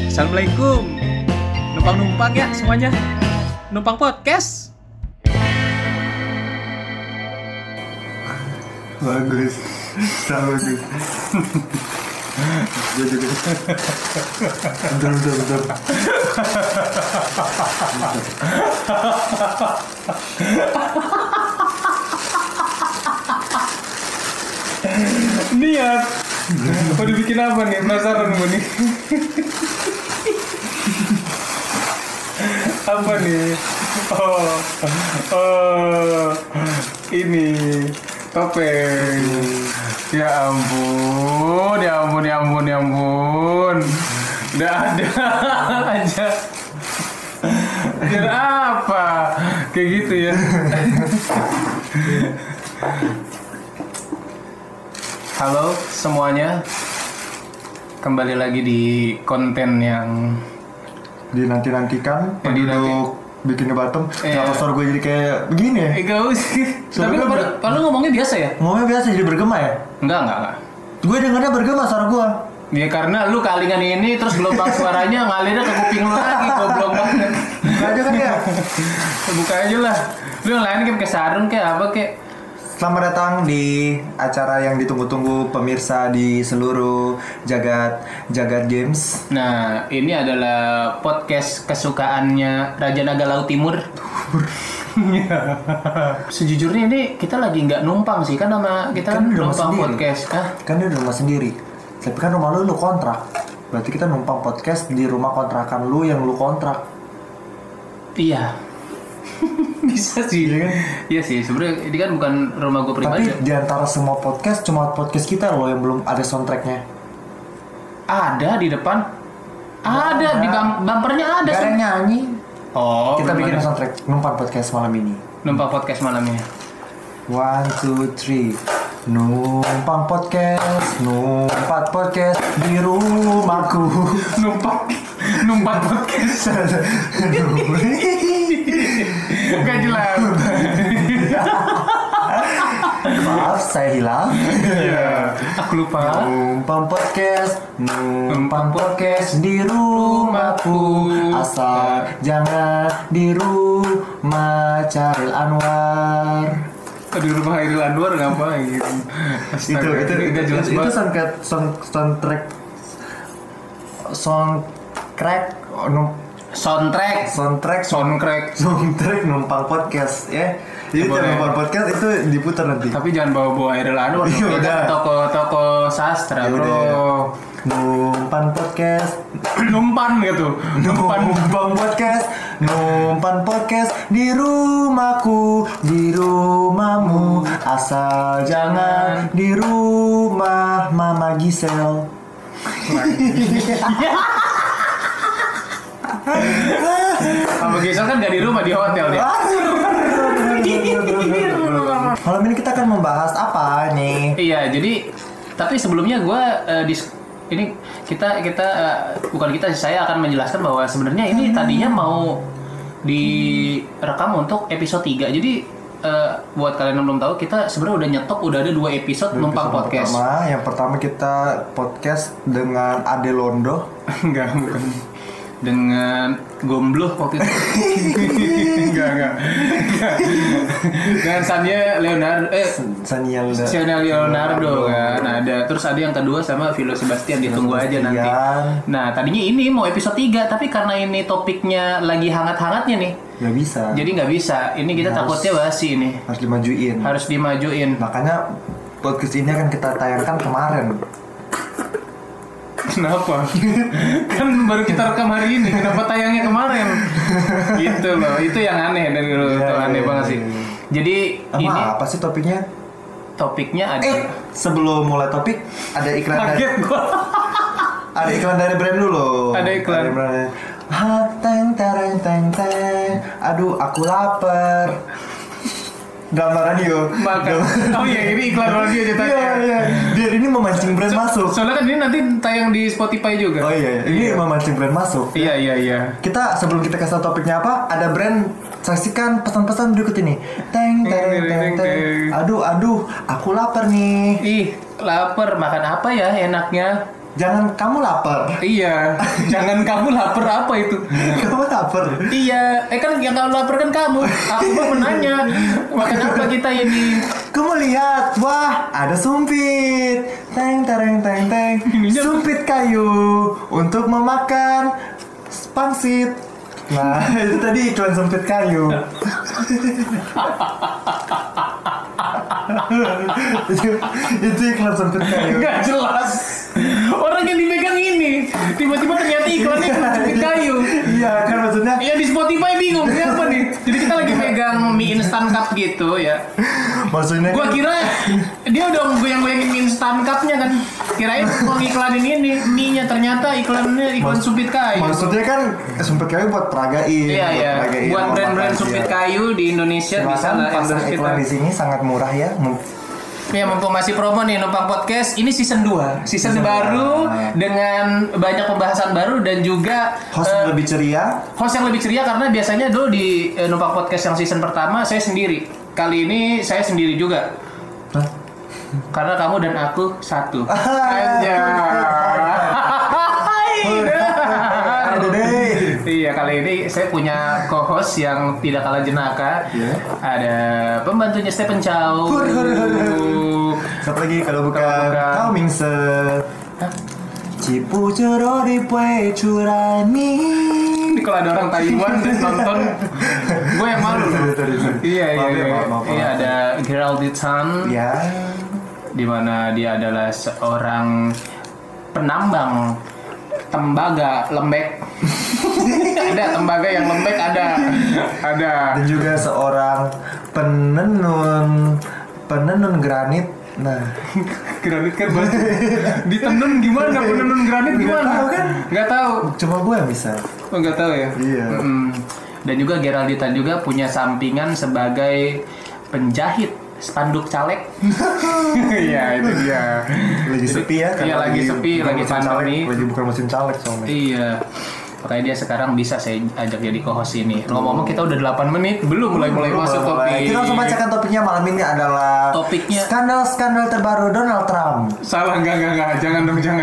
Assalamualaikum. Numpang-numpang ya semuanya. Numpang podcast. Bagus. Bagus. Gue juga. Bentar. Niat. Mau dibikin apa nih? Penasaran gue nih. Apa nih? Oh, ini topeng. Ya ampun. Udah ada aja. Biar apa? Kayak gitu ya. Halo semuanya. Kembali lagi di konten yang dinanti-nantikan penduduk bikin ngebatem. Kenapa suara gue jadi kayak begini ya? Gak usah. Tapi lu ngomongnya biasa ya? Ngomongnya biasa jadi bergema ya? Enggak. Gue dengarnya bergema suara gue. Ya karena lu kalingan ini terus gelombang suaranya ngalirnya ke kuping lu lagi, goblok banget. Buka aja kan ya? Buka aja lah. Lu yang lain kayak pakai sarung kayak apa kayak. Selamat datang di acara yang ditunggu-tunggu pemirsa di seluruh jagat games. Nah, ini adalah podcast kesukaannya Raja Naga Laut Timur. Sejujurnya ini kita lagi nggak numpang sih, kan nama kita kan numpang podcast. Kan dia rumah sendiri. Tapi kan rumah lu kontrak. Berarti kita numpang podcast di rumah kontrakan lu yang lu kontrak. Iya. Bisa sih. Iya kan? Iya sih, sebenarnya ini kan bukan rumah gue pribadi. Tapi di antara semua podcast cuma podcast kita loh yang belum ada soundtracknya. Ada di depan. Ada di bumpernya ada. Gak ada yang nyanyi. Oh, kita bikin soundtrack numpang podcast malam ini. Numpang podcast malam ini. 1, 2, 3. Numpang podcast di rumahku. Numpang podcast. Gak jelas. Maaf, saya hilang. Ya, aku lupa. Numpang podcast di rumahku. Asal jangan di rumah Chairil Anwar. Di rumah Chairil Anwar ngapain? Itu gak jelas itu banget. soundtrack numpang podcast ya. Jadi numpang podcast itu diputar nanti. Tapi jangan bawa Chairil Anwar. Toko sastra, bro. Numpang podcast. Numpan gitu. Numpang podcast di rumahku, di rumahmu, asal jangan di rumah Mama Gisel. Mama Gisel kan gak di rumah, di hotel dia. Malam ini kita akan membahas apa nih? Iya, jadi tapi sebelumnya gue ini kita bukan kita, saya akan menjelaskan bahwa sebenarnya ini tadinya mau direkam untuk episode 3. Jadi buat kalian yang belum tahu, kita sebenarnya udah nyetok, udah ada 2 episode numpang podcast. Yang pertama kita podcast dengan Ade Londo. Enggak, bukan. Dengan Gombloh waktu itu. Enggak. Dengan Sania Leonardo kan ada. Terus ada yang kedua sama Vilo Sebastian, ditunggu aja nanti. Nah, tadinya ini mau episode 3, tapi karena ini topiknya lagi hangat-hangatnya nih, nggak bisa. Jadi nggak bisa. Ini kita takutnya basi ini. Harus dimajuin. Makanya podcast ini akan kita tayangkan kemarin. Kenapa? Kan baru kita rekam hari ini. Kenapa tayangnya kemarin? Gitu loh. Itu yang aneh dari dulu. Itu aneh banget sih. Jadi ini apa sih topiknya? Topiknya ada. Sebelum mulai topik ada iklan. Kaget gua. Ada iklan dari brand dulu. Ada iklan. Teng. Aduh, aku lapar. Drama radio. Oh iya, ini iklan radio ceritanya. Iya. Biar ini memancing brand masuk. Soalnya kan ini nanti tayang di Spotify juga. Oh iya. Ini memancing brand masuk. Iya. Kita sebelum kita kasih tahu topiknya apa, ada brand, saksikan pesan-pesan berikut ini. Teng. Aduh, aku lapar nih. Ih, lapar. Makan apa ya enaknya? Jangan kamu lapar. Iya, jangan kamu lapar apa itu? Kamu lapar. Iya, kan yang kamu lapar kan kamu. Aku mau menanya, makan apa kita ini? Kamu lihat, wah ada sumpit. Teng tereng teng teng. Sumpit kayu untuk memakan pangsit. Nah, itu tadi iklan sumpit kayu. itu iklan sumpit kayu. Gak jelas. Orang yang dipegang ini, tiba-tiba ternyata iklannya sumpit kayu. Iya, kan maksudnya. Ya di Spotify bingung ini apa nih. Jadi kita lagi pegang mie instan cup gitu ya. Maksudnya. Gua kira dia udah goyang-goyangin mie instan cupnya kan. Kirain mau ngiklanin ini mie-nya, ternyata iklannya iklan sumpit kayu. Maksudnya kan sumpit kayu buat peragain. Iya. Buat brand-brand sumpit kayu di Indonesia bisa lah pasar iklan di sini sangat murah ya. Ya, mumpung masih promo nih Numpang Podcast, ini season 2. Season baru dengan banyak pembahasan baru dan juga host yang lebih ceria. Host yang lebih ceria karena biasanya dulu di Numpang Podcast yang season pertama saya sendiri. Kali ini saya sendiri juga. Hah? Karena kamu dan aku satu. Aja. Iya, kali ini saya punya co-host yang tidak kalah jenaka. Yeah. Ada pembantunya Stephen Chow. Siapa lagi kalau bukan Kau Mingse. Cipu cero di pue curani. Ini kalau ada orang Taiwan nonton, gue yang malu. Iya. Iya, ada Geraldine Tan. Ya. Di mana dia adalah seorang penambang tembaga lembek. Ada tembaga yang lembek, ada. Dan juga seorang penenun granit. Nah, Granit kan bahasa ditenun gimana? Penenun granit gimana? Nggak tahu kan? Nggak tahu. Cuma gue yang bisa. Oh, nggak tahu ya? Iya. Dan juga Geraldine Tan juga punya sampingan sebagai penjahit spanduk caleg. Iya, itu dia. Lagi sepi ya? Iya, lagi sepi, lagi pandemi. Lagi bukan musim caleg soalnya. Iya. Makanya dia sekarang bisa saya ajak jadi co-host ini. Ngomong-ngomong kita udah 8 menit, belum mulai masuk topik. Kita langsung bacakan topiknya malam ini adalah topiknya skandal terbaru Donald Trump. Salah, enggak. Jangan dong, jangan.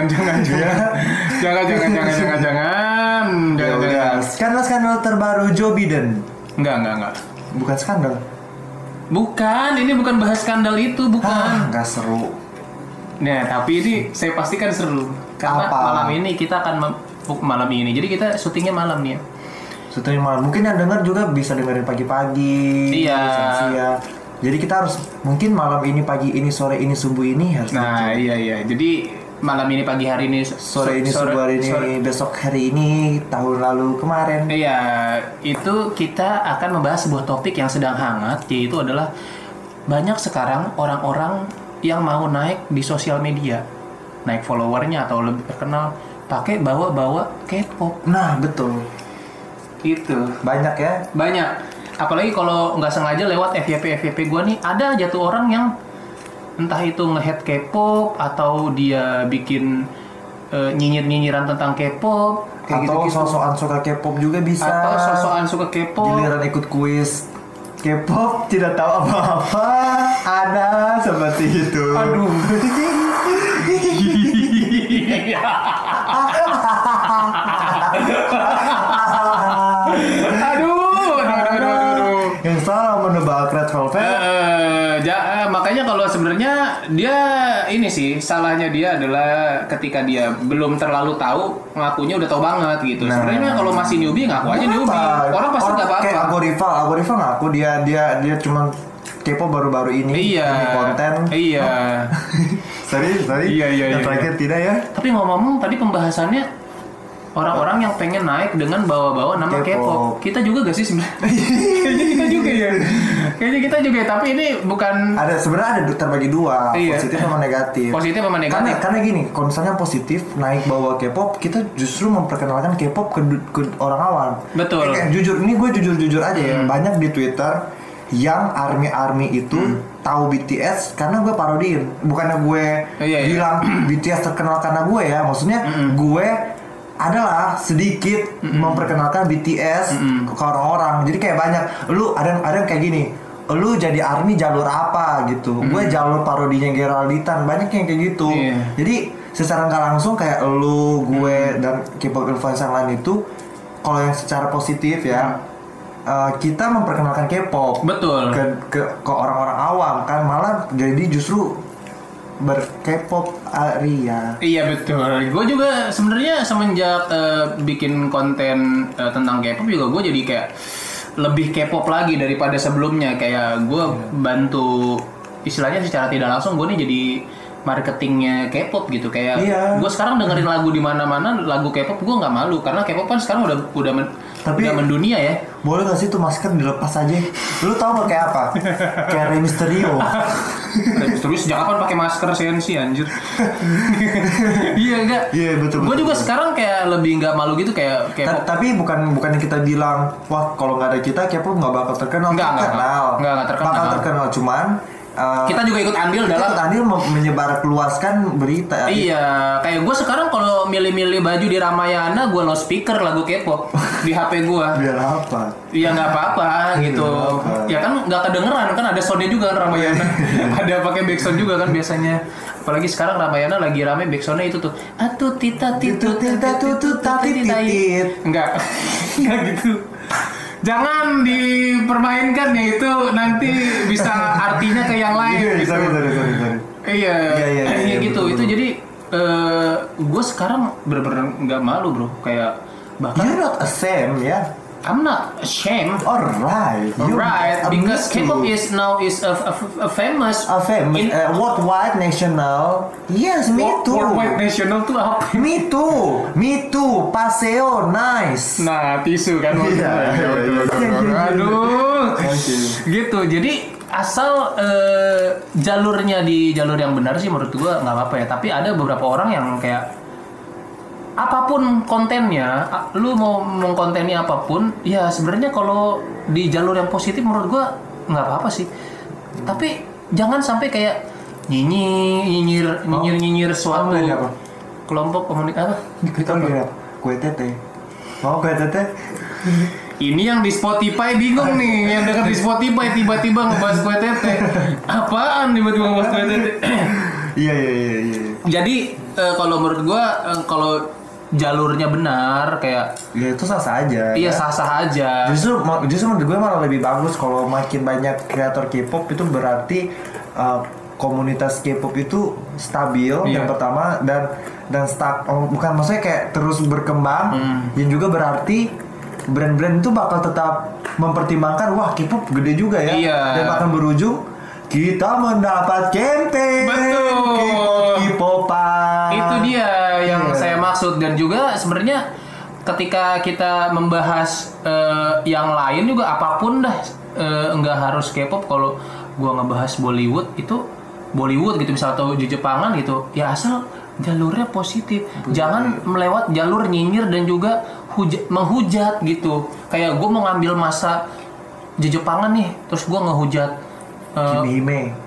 Jangan. Skandal terbaru Joe Biden. Enggak. Bukan skandal. Bukan, ini bukan bahas skandal itu, bukan. Enggak seru. Nah, tapi ini saya pastikan seru. Karena apa? Malam ini kita akan malam ini. Jadi kita syutingnya malam nih ya. Syuting malam. Mungkin yang dengar juga bisa dengerin pagi-pagi. Iya. Siang. Jadi kita harus mungkin malam ini, pagi ini, sore ini, subuh ini harus. Nah, iya. Jadi malam ini, pagi hari ini, sore ini, subuh hari ini, besok hari ini, tahun lalu, kemarin. Iya, itu kita akan membahas sebuah topik yang sedang hangat, yaitu adalah banyak sekarang orang-orang yang mau naik di sosial media, naik followernya atau lebih terkenal, pakai bawa-bawa K-pop. Nah, betul. Itu banyak ya. Banyak. Apalagi kalau nggak sengaja lewat FYP gue nih, ada aja tuh orang yang entah itu nge-head K-pop atau dia bikin nyinyir-nyinyiran tentang K-pop kayak atau gitu-gitu. sosokan suka K-pop juga bisa. Atau sosokan suka K-pop. Giliran ikut kuis K-pop tidak tahu apa-apa. Ada seperti itu. Aduh. Aduh. Yang salah menebak Red Velvet. Makanya kalau sebenarnya dia ini sih salahnya dia adalah ketika dia belum terlalu tahu, ngakunya udah tahu banget gitu. Nah, sebenarnya kalau masih newbie ngaku aja newbie. Orang pasti nggak apa-apa. Kayak Agorifa ngaku dia cuma K-pop baru-baru ini konten. Iya. sorry. Iya. Yang terakhir tidak ya. Tapi ngomong-ngomong tadi pembahasannya orang-orang yang pengen naik dengan bawa-bawa nama K-pop. Kita juga gak sih sebenarnya? Kayaknya kita juga ya. Tapi ini bukan. Sebenarnya ada terbagi dua, iya. Positif sama negatif. Positif sama negatif. Karena gini, kalau misalnya positif naik bawa K-pop, kita justru memperkenalkan K-pop ke orang awam. Betul. Jujur, ini gue jujur aja ya. Banyak di Twitter yang army itu tahu BTS karena gue parodiin. Bukannya gue bilang BTS terkenal karena gue ya. Maksudnya gue adalah sedikit memperkenalkan BTS ke orang-orang. Jadi kayak banyak. Lu ada yang kayak gini. Lu jadi ARMY jalur apa gitu. Gue jalur parodinya Geraldine Tan. Banyak yang kayak gitu. Jadi secara nggak langsung kayak lu, gue dan K-pop influencer lain itu, kalau yang secara positif ya, kita memperkenalkan K-pop Betul. ke orang-orang awam kan, malah jadi justru ber-K-pop Aria. Iya betul. Gue juga sebenarnya semenjak bikin konten tentang K-pop juga gue jadi kayak lebih K-pop lagi daripada sebelumnya. Kayak gue bantu istilahnya secara tidak langsung gue nih jadi marketingnya K-pop gitu. Kayak gue sekarang dengerin lagu di mana-mana, lagu K-pop gue nggak malu karena K-pop kan sekarang udah mendunia ya. Boleh gak sih tuh masker dilepas aja? Lu tau gak kayak apa? Kayak Rey Mysterio. Rey Mysterio sejak kapan pakai masker sensi anjir? Iya enggak? Iya betul. Gue juga sekarang kayak lebih nggak malu gitu kayak K-pop. Tapi bukannya kita bilang wah kalau nggak ada kita K-pop nggak bakal terkenal. Nggak terkenal. Bakal terkenal, cuman kita juga ikut andil dalam menyebarluaskan berita. Iya, kayak gue sekarang kalau milih-milih baju di Ramayana, gue loudspeaker lagu K-pop di HP gue. Biar apa? Iya nggak apa-apa gitu. Ya kan nggak kedengeran kan, ada soundnya juga kan Ramayana. Ada pakai backsound juga kan biasanya. Apalagi sekarang Ramayana lagi rame backsoundnya itu tuh. Atu tita titu tita tutu tati titit. Enggak gitu. Jangan dipermainkan ya, itu nanti bisa artinya ke yang lain gitu. Iya gitu. Betul. Itu jadi gue sekarang bener-bener nggak malu bro, kayak bahkan You're not ashamed ya? I'm not ashamed. Alright, because K-pop is a famous worldwide national. Yes, me too. Worldwide national tuh apa? Me too. Paseo, nice. Nah, tisu kan. Iya. Aduh. Gitu. Jadi asal jalurnya di jalur yang benar sih menurut gua nggak apa-apa ya. Tapi ada beberapa orang yang kayak apapun kontennya, lu mau mengkonteni apapun, ya sebenarnya kalau di jalur yang positif menurut gua nggak apa-apa sih. Tapi jangan sampai kayak nyinyir suatu kelompok komunitas apa? Kue tete. Oh, kue tete. Ini yang di Spotify bingung nih, yang dekat di Spotify tiba-tiba ngebahas kue tete. Apaan tiba-tiba ngebahas kue tete? Iya. Jadi kalau menurut gua kalau jalurnya benar kayak ya itu sah-sah aja. Iya, sah-sah aja. Justru menurut gue malah lebih bagus kalau makin banyak kreator K-pop, itu berarti komunitas K-pop itu stabil yang pertama dan bukan maksudnya kayak terus berkembang, dan juga berarti brand-brand itu bakal tetap mempertimbangkan wah K-pop gede juga ya, dan akan berujung kita mendapat campaign. Betul. K-popan. Itu dia yang saya maksud. Dan juga sebenarnya ketika kita membahas yang lain juga apapun dah, enggak harus K-pop. Kalau gua ngebahas Bollywood itu Bollywood gitu misal, atau Jepangan gitu, ya asal jalurnya positif. Jangan melewat jalur nyinyir dan juga menghujat gitu. Kayak gua mau ngambil masa Jepangan nih, terus gua ngehujat Kimihime.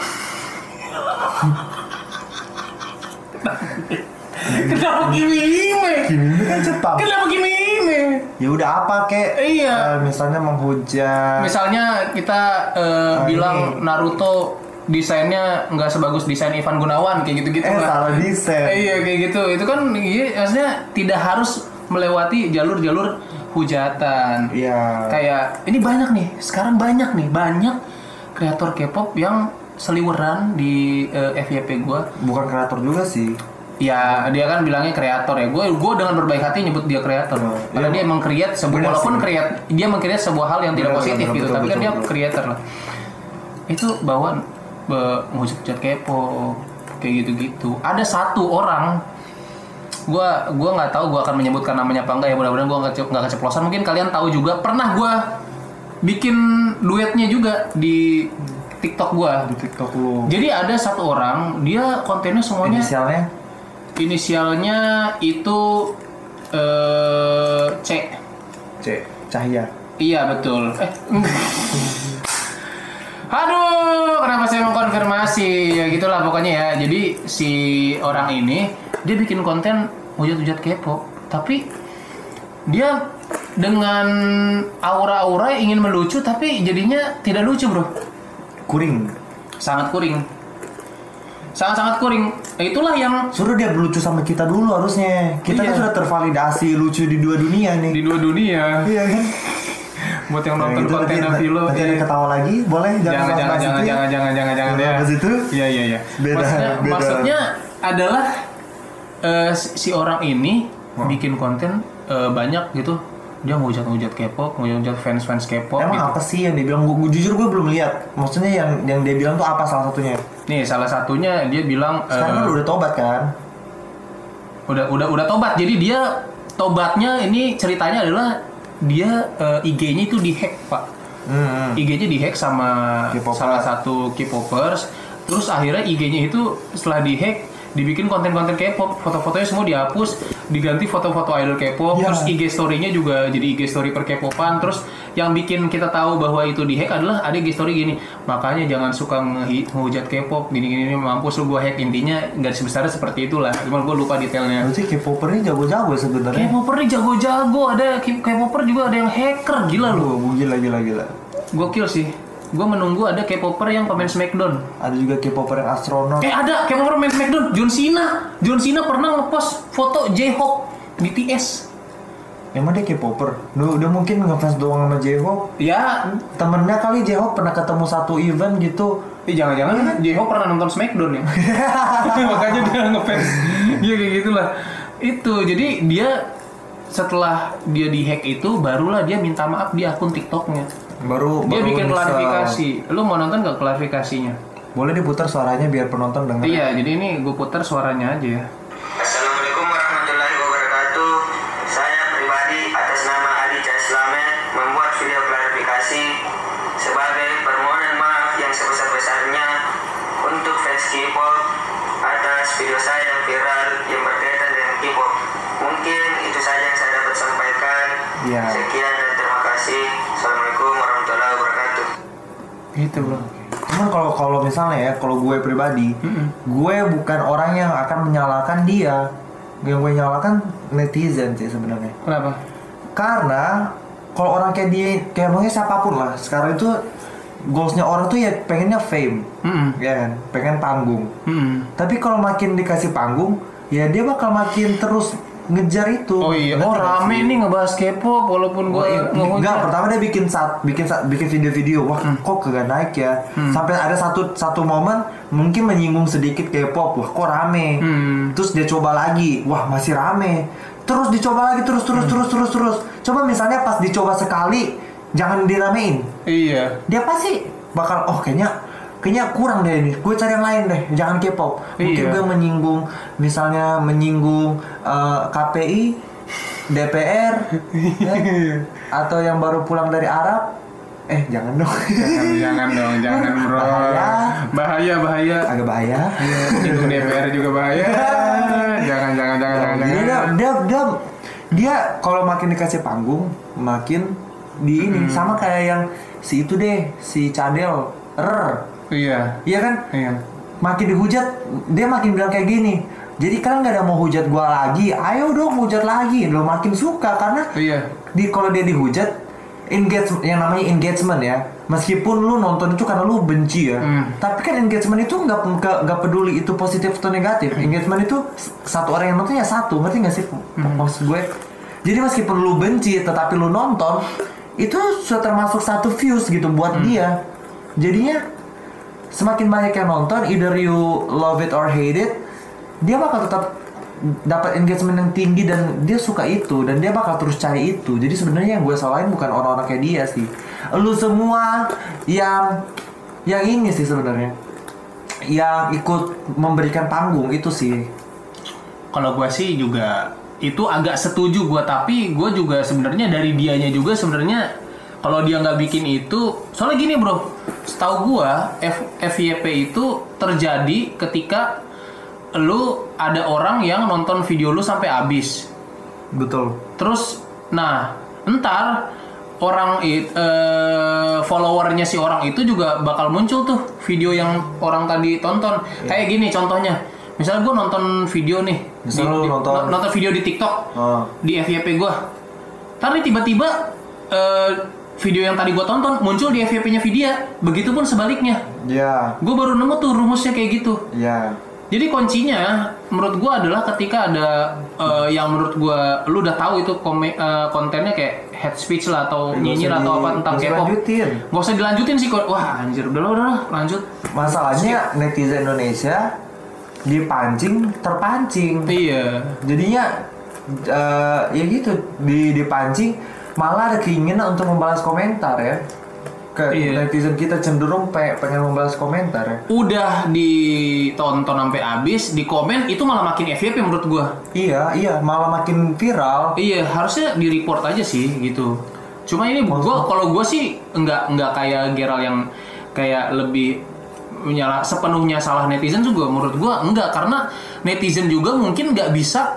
Kenapa Kimihime? Kimihime kan Jepang. Kenapa Kimihime? Ya udah apa kek? Iya. Misalnya menghujat. Misalnya kita bilang Naruto desainnya nggak sebagus desain Ivan Gunawan kayak gitu-gitu lah. Salah desain. Iya kayak gitu. Itu kan maksudnya tidak harus melewati jalur-jalur hujatan. Iya. Kayak ini banyak nih. Sekarang banyak kreator K-pop yang seliweran di FYP gue. Bukan kreator juga sih. Ya dia kan bilangnya kreator ya. Gue dengan berbaik hati nyebut dia kreator. Karena dia emang create sebuah, walaupun dia meng-create sebuah hal yang tidak positif gitu. Tapi kan dia creator lah. Itu bawa menghujat K-pop kayak gitu-gitu. Ada satu orang, gue nggak tahu gue akan menyebutkan namanya apa enggak ya. Mudah-mudahan gue nggak keceplosan. Mungkin kalian tahu juga. Pernah gue bikin duetnya juga di TikTok gua. Di TikTok lu. Jadi ada satu orang, dia kontennya semuanya inisialnya itu C. Cahya. Iya betul. Aduh, kenapa saya mau konfirmasi? Ya gitulah pokoknya ya. Jadi si orang ini dia bikin konten hujat-hujat K-pop, tapi dia dengan aura-aura ingin melucu tapi jadinya tidak lucu bro. Kuring. Sangat kuring. sangat-sangat kuring. Itulah yang suruh dia lucu sama kita dulu harusnya. Kita kan sudah tervalidasi lucu di 2 dunia nih. Di 2 dunia. Iya kan? Buat yang nonton konten Avilo. Nanti ada ketawa lagi, boleh jangan ya. Ke situ? Iya. Beda. Maksudnya adalah si orang ini bikin konten banyak gitu. Dia ngehujat K-pop, ngehujat fans K-pop. Emang gitu. apa sih yang dia bilang? Jujur gue belum lihat. Maksudnya yang dia bilang tuh apa salah satunya? Nih, salah satunya dia bilang sekarang kan udah tobat kan? Udah tobat. Jadi dia tobatnya ini ceritanya adalah dia IG-nya itu dihack, Pak. IG-nya dihack sama salah satu K-popers. Terus akhirnya IG-nya itu setelah dihack dibikin konten-konten K-pop, foto-fotonya semua dihapus, diganti foto-foto idol K-pop, terus IG story-nya juga jadi IG story per K-popan. Terus yang bikin kita tahu bahwa itu dihack adalah ada IG story gini, makanya jangan suka ngehujat K-pop, gini-gini mampus lu gua hack. Intinya garis besarnya seperti itulah, cuma gua lupa detailnya. Berarti K-popper ini jago-jago sebenarnya. K-popper ini jago-jago, ada K-popper juga ada yang hacker, gila lu. Gila. Gokil sih. Gue menunggu ada K-popper yang pemain Smackdown. Ada juga K-popper yang astronot. Ada K-popper pemain Smackdown. John Cena pernah ngepost foto J-Hope BTS. Emang dia K-popper? Udah mungkin ngefans doang sama J-Hope. Ya, temennya kali J-Hope pernah ketemu satu event gitu. Jangan-jangan J-Hope pernah nonton Smackdown ya. Makanya dia ngefans. Iya kayak gitulah. Itu jadi dia setelah dia dihack itu barulah dia minta maaf di akun TikToknya. Baru bikin klarifikasi. Lu mau nonton nggak klarifikasinya? Boleh diputar suaranya biar penonton dengar. Iya, jadi ini gue putar suaranya aja ya. Assalamualaikum warahmatullahi wabarakatuh. Saya pribadi atas nama Adi Caslamet membuat video klarifikasi sebagai permohonan maaf yang sebesar-besarnya untuk fans K-pop atas video saya yang viral yang berkaitan dengan K-pop. Mungkin itu saja yang saya dapat sampaikan. Ya. Sekian dan terima kasih. Assalamualaikum warahmatullahi wabarakatuh. Itu bro. Cuman kalau misalnya ya, kalau gue pribadi, gue bukan orang yang akan menyalahkan dia. Yang gue nyalakan netizen sih sebenarnya. Kenapa? Karena kalau orang kayak dia, kayak mungkin siapapun lah, sekarang itu goalsnya orang tuh ya pengennya fame, ya kan, pengen panggung. Tapi kalau makin dikasih panggung, ya dia bakal makin terus ngejar itu. Oh iya, rame nih ngebahas K-pop walaupun gue enggak, pertama dia bikin video-video, wah kok kagak naik ya. Sampai ada satu momen mungkin menyinggung sedikit K-pop, wah kok rame. Terus dia coba lagi, wah masih rame. Terus dicoba lagi terus. Coba misalnya pas dicoba sekali jangan diramein. Iya. Dia pasti bakal kayaknya kurang deh ini, gue cari yang lain deh, jangan K-pop. Mungkin gue menyinggung KPI, DPR, ya? Atau yang baru pulang dari Arab. Jangan dong. Jangan bro. Bahaya. Agak bahaya. Nyinggung DPR juga bahaya. Jangan. Dia kalau makin dikasih panggung, makin di ini sama kayak yang si itu deh, si Cadel. Iya kan? Iya. Makin dihujat, dia makin bilang kayak gini. Jadi kan nggak ada mau hujat gua lagi, ayo dong hujat lagi. Lo makin suka karena kalau dia dihujat, yang namanya engagement ya. Meskipun lu nonton itu karena lu benci ya, tapi kan engagement itu nggak peduli itu positif atau negatif. Engagement itu satu orang yang nonton ya satu, ngerti nggak sih maksud gue? Jadi meskipun lu benci, tetapi lu nonton, itu sudah termasuk satu views gitu buat dia. Jadinya semakin banyak yang nonton, either you love it or hate it, dia bakal tetap dapat engagement yang tinggi dan dia suka itu dan dia bakal terus cari itu. Jadi sebenarnya yang gue salahin bukan orang-orang kayak dia sih, lu semua yang ini sih sebenarnya, yang ikut memberikan panggung itu sih. Kalau gue sih juga itu agak setuju gue, tapi gue juga sebenarnya dari dianya juga sebenarnya. Kalau dia nggak bikin itu, soalnya gini bro, setahu gua FYP itu terjadi ketika lu ada orang yang nonton video lu sampai habis. Betul. Terus, entar orang followernya si orang itu juga bakal muncul tuh video yang orang tadi tonton. Kayak gini contohnya, misalnya gua nonton video nih, nonton video di TikTok, di FYP gua. Tapi tiba-tiba video yang tadi gue tonton muncul di FYP-nya Vidya. Begitupun sebaliknya. Iya. Gue baru nemu tuh rumusnya kayak gitu. Iya. Jadi kuncinya menurut gue adalah ketika ada yang menurut gue lu udah tahu itu kontennya kayak hate speech lah atau nyinyir atau apa tentang K-pop. Gak usah dilanjutin sih. Wah anjir udahlah lanjut. Masalahnya netizen Indonesia dipancing terpancing. Iya. Jadinya ya gitu dipancing malah ada keinginan untuk membalas komentar ya. Netizen kita cenderung pengen membalas komentar ya. Udah ditonton sampai habis, di komen itu malah makin FYP menurut gua. Iya, malah makin viral. Iya, harusnya di-report aja sih gitu. Cuma ini kalau gua sih enggak kayak Geral yang kayak lebih sepenuhnya salah netizen juga menurut gua enggak, karena netizen juga mungkin nggak bisa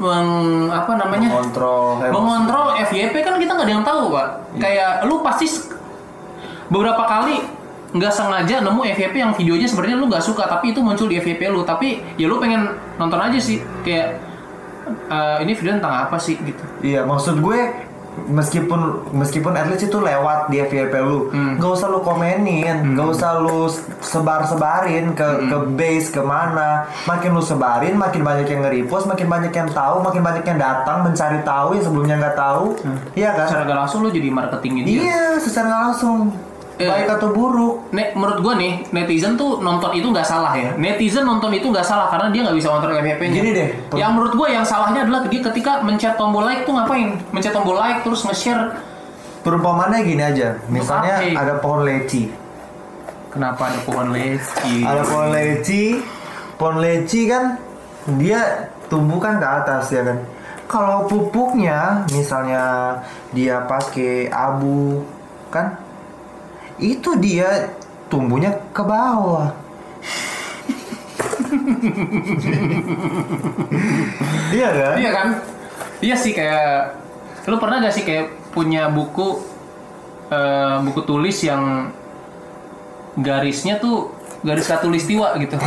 mengontrol FYP kan kita nggak ada yang tahu Pak. Kayak lu pasti beberapa kali nggak sengaja nemu FYP yang videonya sebenarnya lu nggak suka tapi itu muncul di FYP lu, tapi ya lu pengen nonton aja sih kayak ini video tentang apa sih gitu. Iya, maksud gue meskipun at least itu lewat di FYP lu, nggak usah lu komenin, nggak usah lu sebarin ke base kemana. Makin lu sebarin, makin banyak yang nge-repost, makin banyak yang tahu, makin banyak yang datang mencari tahu yang sebelumnya nggak tahu. Iya kan? Secara nggak langsung lu jadi marketingin dia. Iya, secara nggak langsung. Baik atau buruk. Menurut gue nih, netizen tuh nonton itu nggak salah ya. Netizen nonton itu nggak salah karena dia nggak bisa kontrol FYP-nya. Gini deh. Yang menurut gue yang salahnya adalah dia ketika mencet tombol like tuh ngapain? Mencet tombol like terus nge-share. Perumpamannya gini aja. Misalnya ada pohon leci. Kenapa ada pohon leci? Ada pohon leci. Pohon leci kan dia tumbuh kan ke atas ya kan. Kalau pupuknya misalnya dia pakai abu kan, itu dia tumbuhnya ke bawah. Iya kan? Iya kan? Iya sih, kayak lu pernah gak sih kayak punya buku tulis yang garisnya tuh garis khatulistiwa gitu.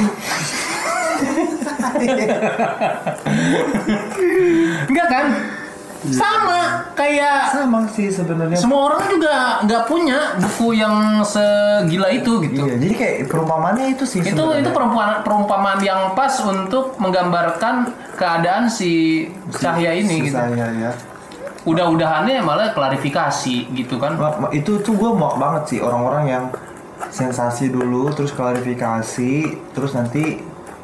Enggak kan? Sama sih sebenarnya. Semua orang juga nggak punya buku yang segila itu gitu. Iya, jadi kayak perumpamannya itu sih. Itu perumpamaan yang pas untuk menggambarkan keadaan si Cahya ini gitu. Ya. Udah-udahannya malah klarifikasi gitu kan. Itu tuh gue muak banget sih orang-orang yang sensasi dulu terus klarifikasi terus nanti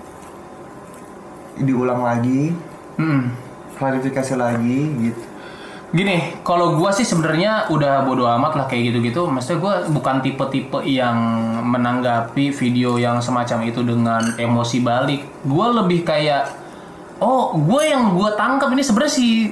diulang lagi. Klarifikasi lagi gitu. Gini, kalau gue sih sebenarnya udah bodo amat lah kayak gitu-gitu. Maksudnya gue bukan tipe-tipe yang menanggapi video yang semacam itu dengan emosi balik. Gue lebih kayak, yang gue tangkap ini sebenarnya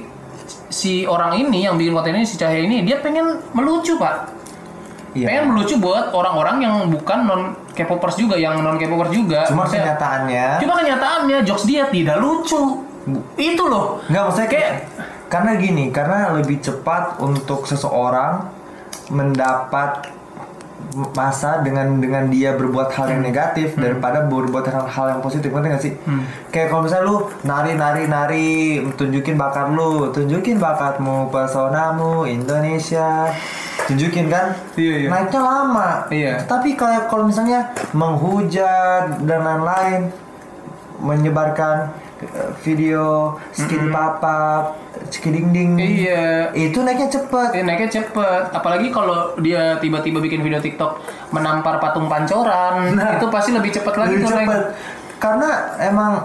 si orang ini yang bikin konten ini, si Cahya ini, dia pengen melucu Pak. Iya. Pengen melucu buat orang-orang yang bukan non K-popers juga, yang non K-popers juga. Cuma kenyataannya jokes dia tidak lucu. Itu loh. Nggak, maksudnya kayak karena lebih cepat untuk seseorang mendapat masa dengan dia berbuat hal yang negatif daripada berbuat hal yang positif. Ngerti nggak sih? Kayak kalau misalnya lu nari, tunjukin bakatmu, pesonamu Indonesia, tunjukin kan? Iya. Naiknya lama. Iya. Tapi kalau misalnya menghujat dan lain-lain, menyebarkan video skinny papa, skiding-ding. Iya. Itu naiknya cepet. Apalagi kalau dia tiba-tiba bikin video TikTok menampar patung pancoran, itu pasti lebih cepet lagi tuh naik. Karena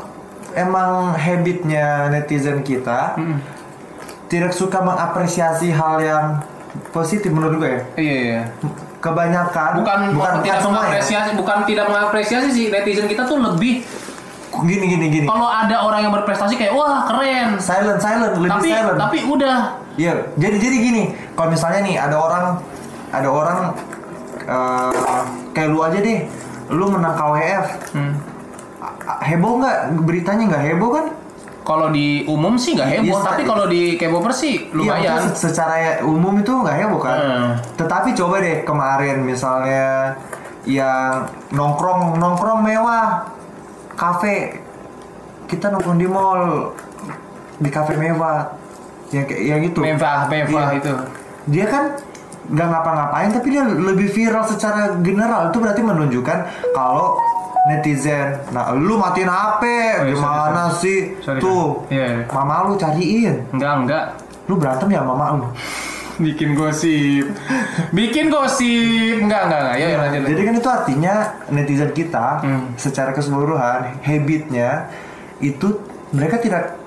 emang habitnya netizen kita tidak suka mengapresiasi hal yang positif menurut gue. Iya. Kebanyakan bukan tidak mengapresiasi sih, netizen kita tuh lebih gini. Kalau ada orang yang berprestasi kayak wah keren, silent, lebih silent. Tapi udah. Iya, jadi gini. Kalau misalnya nih ada orang kayak lu aja deh, lu menang KWF. Heboh nggak beritanya? Nggak heboh kan? Kalau di umum sih nggak heboh, tapi kalau di K-popers sih lumayan. Iya, secara umum itu nggak heboh kan. Tetapi coba deh kemarin misalnya yang nongkrong mewah, kafe, kita nongkrong di mall, di kafe mewah, yang gitu. Mewah itu. Dia kan nggak ngapa-ngapain tapi dia lebih viral secara general. Itu berarti menunjukkan kalau netizen, nah lu matiin HP gimana sih? Tuh mama lu cariin. Enggak lu berantem ya mama lu. Bikin gosip enggak ya lanjut. Jadi kan itu artinya netizen kita secara keseluruhan habitnya itu mereka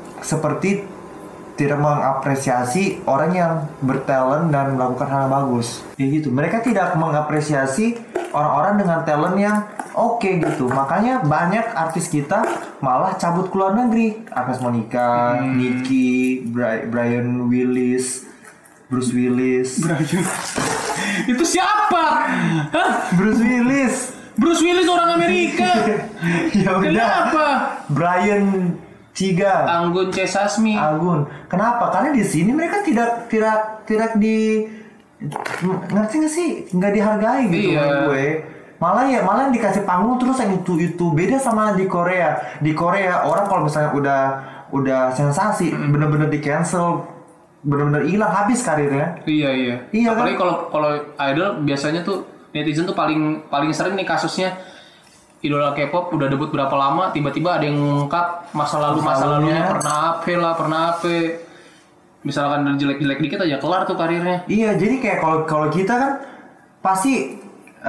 tidak mengapresiasi orang yang bertalent dan melakukan hal yang bagus. Ya gitu. Mereka tidak mengapresiasi orang-orang dengan talent yang oke gitu. Makanya banyak artis kita malah cabut ke luar negeri. Agnes Monica, Nicki, Brian Willis, Bruce Willis. Itu siapa? Hah? Bruce Willis orang Amerika. Ya udah. Kenapa? Brian Ciga, Anggun C. Sasmi. Kenapa? Karena di sini mereka tidak di ngerti nggak sih? Nggak dihargai gitu menurut gue. Malah dikasih panggung terus yang itu beda sama di Korea. Di Korea orang kalau misalnya udah sensasi, bener-bener di cancel, bener-bener hilang habis karirnya. Iya. Apalagi kan? kalau idol biasanya tuh netizen tuh paling sering nih kasusnya. Idola K-pop udah debut berapa lama, tiba-tiba ada yang ngungkap masa lalunya pernah apa. Misalkan jelek-jelek dikit aja kelar tuh karirnya. Iya, jadi kayak kalau kita kan pasti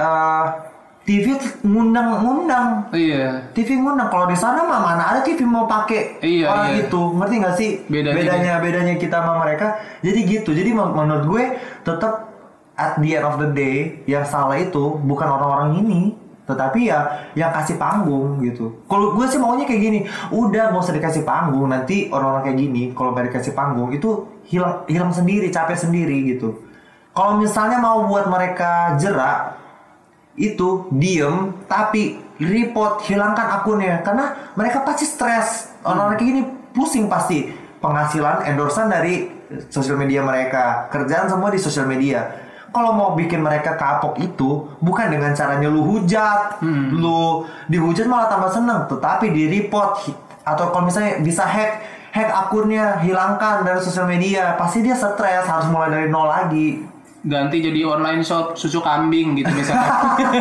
TV ngundang. Iya. TV ngundang. Kalau di sana mah mana ada TV mau pakai orang itu. Ngerti nggak sih? Bedanya kita sama mereka. Jadi gitu. Jadi menurut gue tetap at the end of the day yang salah itu bukan orang-orang ini, tetapi ya yang kasih panggung gitu. Kalau gue sih maunya kayak gini, udah nggak usah dikasih panggung, nanti orang-orang kayak gini kalau nggak dikasih panggung itu hilang sendiri, capek sendiri gitu. Kalau misalnya mau buat mereka jerak, itu diem tapi report, hilangkan akunnya, karena mereka pasti stres. Orang-orang kayak gini pusing pasti, penghasilan endorsan dari sosial media mereka, kerjaan semua di sosial media. Kalau mau bikin mereka kapok itu bukan dengan caranya lu hujat, lu dihujat malah tambah seneng, tetapi di report atau kalau misalnya bisa hack akunnya, hilangkan dari sosial media, pasti dia stres, harus mulai dari nol lagi. Ganti jadi online shop susu kambing gitu misalnya.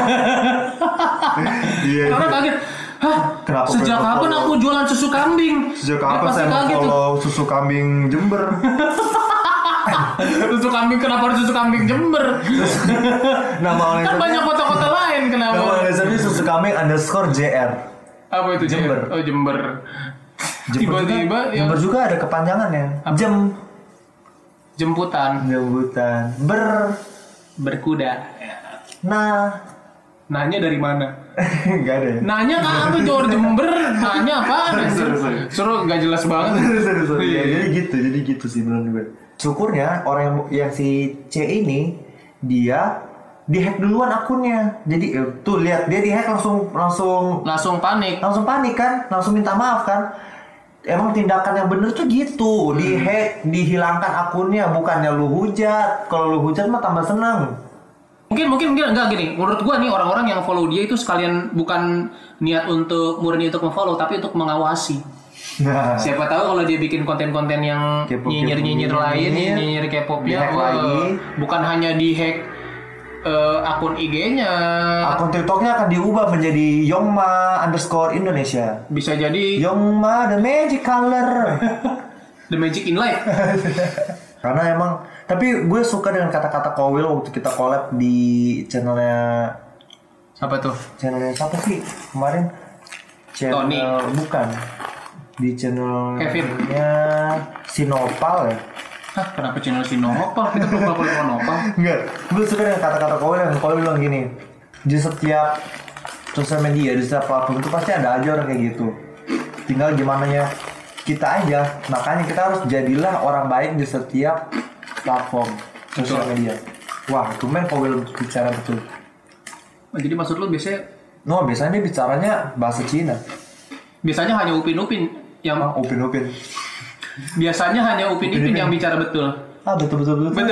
Iya. Orang kaget. Hah? Kenapa sejak kapan aku jualan susu kambing? Sejak kapan saya mau follow susu kambing Jember? Susu kambing, kenapa harus susu kambing Jember? Nama online kan banyak kota-kota lain, kenapa? Nama online susu kambing _JR. Apa itu Jember? Oh Jember. Tiba-tiba Jember juga ada kepanjangannya. Jemputan. Berkuda. Nanya dari mana? Enggak ada. Nanya apa Jor Jember? Nanya apaan? Suruh gak jelas banget. Ya, jadi gitu sih menurut gue. Syukurnya orang yang si C ini dia dihack duluan akunnya. Jadi tuh lihat dia dihack langsung panik kan, langsung minta maaf kan. Emang tindakan yang bener tuh gitu, dihack, dihilangkan akunnya, bukannya lu hujat. Kalau lu hujat mah tambah seneng. Mungkin enggak gini. Menurut gua nih orang-orang yang follow dia itu sekalian bukan niat murni untuk memfollow, tapi untuk mengawasi. Nah. Siapa tahu kalau dia bikin konten-konten yang nyinyir lain, nyinyir K-popnya, bukan hanya di-hack akun IG-nya. Akun TikToknya akan diubah menjadi Yongma_Indonesia. Bisa jadi Yongma the magic color. The magic in life. Karena emang, tapi gue suka dengan kata-kata Kowil waktu kita collab di channelnya. Apa tuh? Channelnya siapa sih kemarin? Channel Tony. Bukan. Di channelnya Sinopal ya. Hah, kenapa channel Sinopal? Kita belum upload Sinopal. Enggak, gue suka dengan kata-kata Kowil yang Kowil bilang gini, di setiap sosial media, di setiap platform itu pasti ada aja orang kayak gitu. Tinggal gimana ya kita aja. Makanya kita harus jadilah orang baik di setiap platform sosial media. Wah, itu men Kowil bicara betul. Jadi maksud lu biasanya? No, biasanya dia bicaranya bahasa Cina. Biasanya hanya upin-upin yang upin-upin. Biasanya hanya upin-upin yang bicara betul. Betul.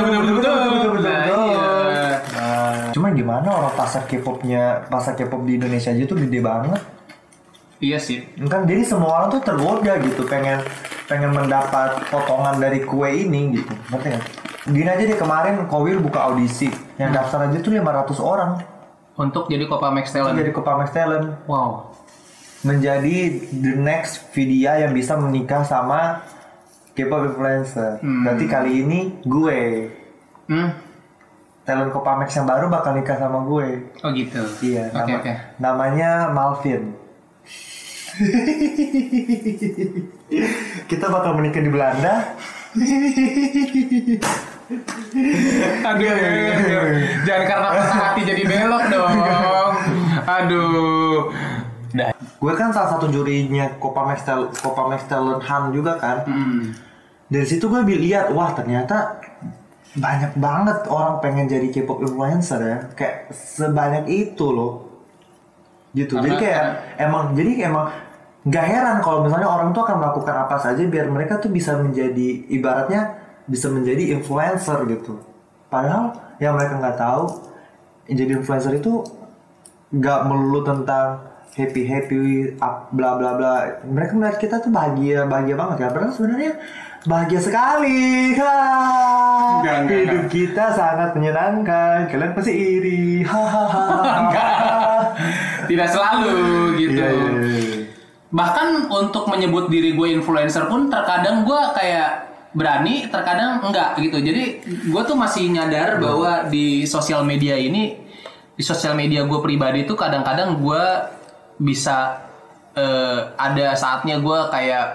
Cuman gimana orang pasar K-pop di Indonesia aja tuh gede banget. Iya sih. Kan jadi semua orang tuh tergoda gitu, pengen mendapat potongan dari kue ini gitu. Ngerti nggak? Gini aja deh, kemarin Kowil buka audisi, yang daftar aja tuh 500 orang untuk jadi Kopamax Talent. Jadi Kopamax Talent. Wow. Menjadi the next Vidya yang bisa menikah sama K-pop influencer. Berarti kali ini gue talent Kopamax yang baru bakal nikah sama gue. Oh gitu. Iya. Oke. Namanya Malvin. Kita bakal menikah di Belanda. Aduh, jangan karena patah hati jadi belok dong. Aduh. Gue kan salah satu jurinya Kopamax Talent Hunt juga kan. Dari situ gue lihat, wah ternyata banyak banget orang pengen jadi K-pop influencer ya. Kayak sebanyak itu loh. Gitu. Jadi kayak emang nggak heran kalau misalnya orang tuh akan melakukan apa saja biar mereka tuh bisa menjadi, ibaratnya bisa menjadi influencer gitu. Padahal yang mereka nggak tahu, jadi influencer itu nggak melulu tentang happy bla bla bla. Mereka melihat kita tuh bahagia banget ya. Padahal sebenarnya bahagia sekali. Hidup kita sangat menyenangkan. Kalian pasti iri. Tidak selalu gitu. Bahkan untuk menyebut diri gue influencer pun terkadang gue kayak berani, terkadang enggak gitu. Jadi gue tuh masih nyadar bahwa di sosial media ini, di sosial media gue pribadi tuh kadang-kadang gue bisa ada saatnya gue kayak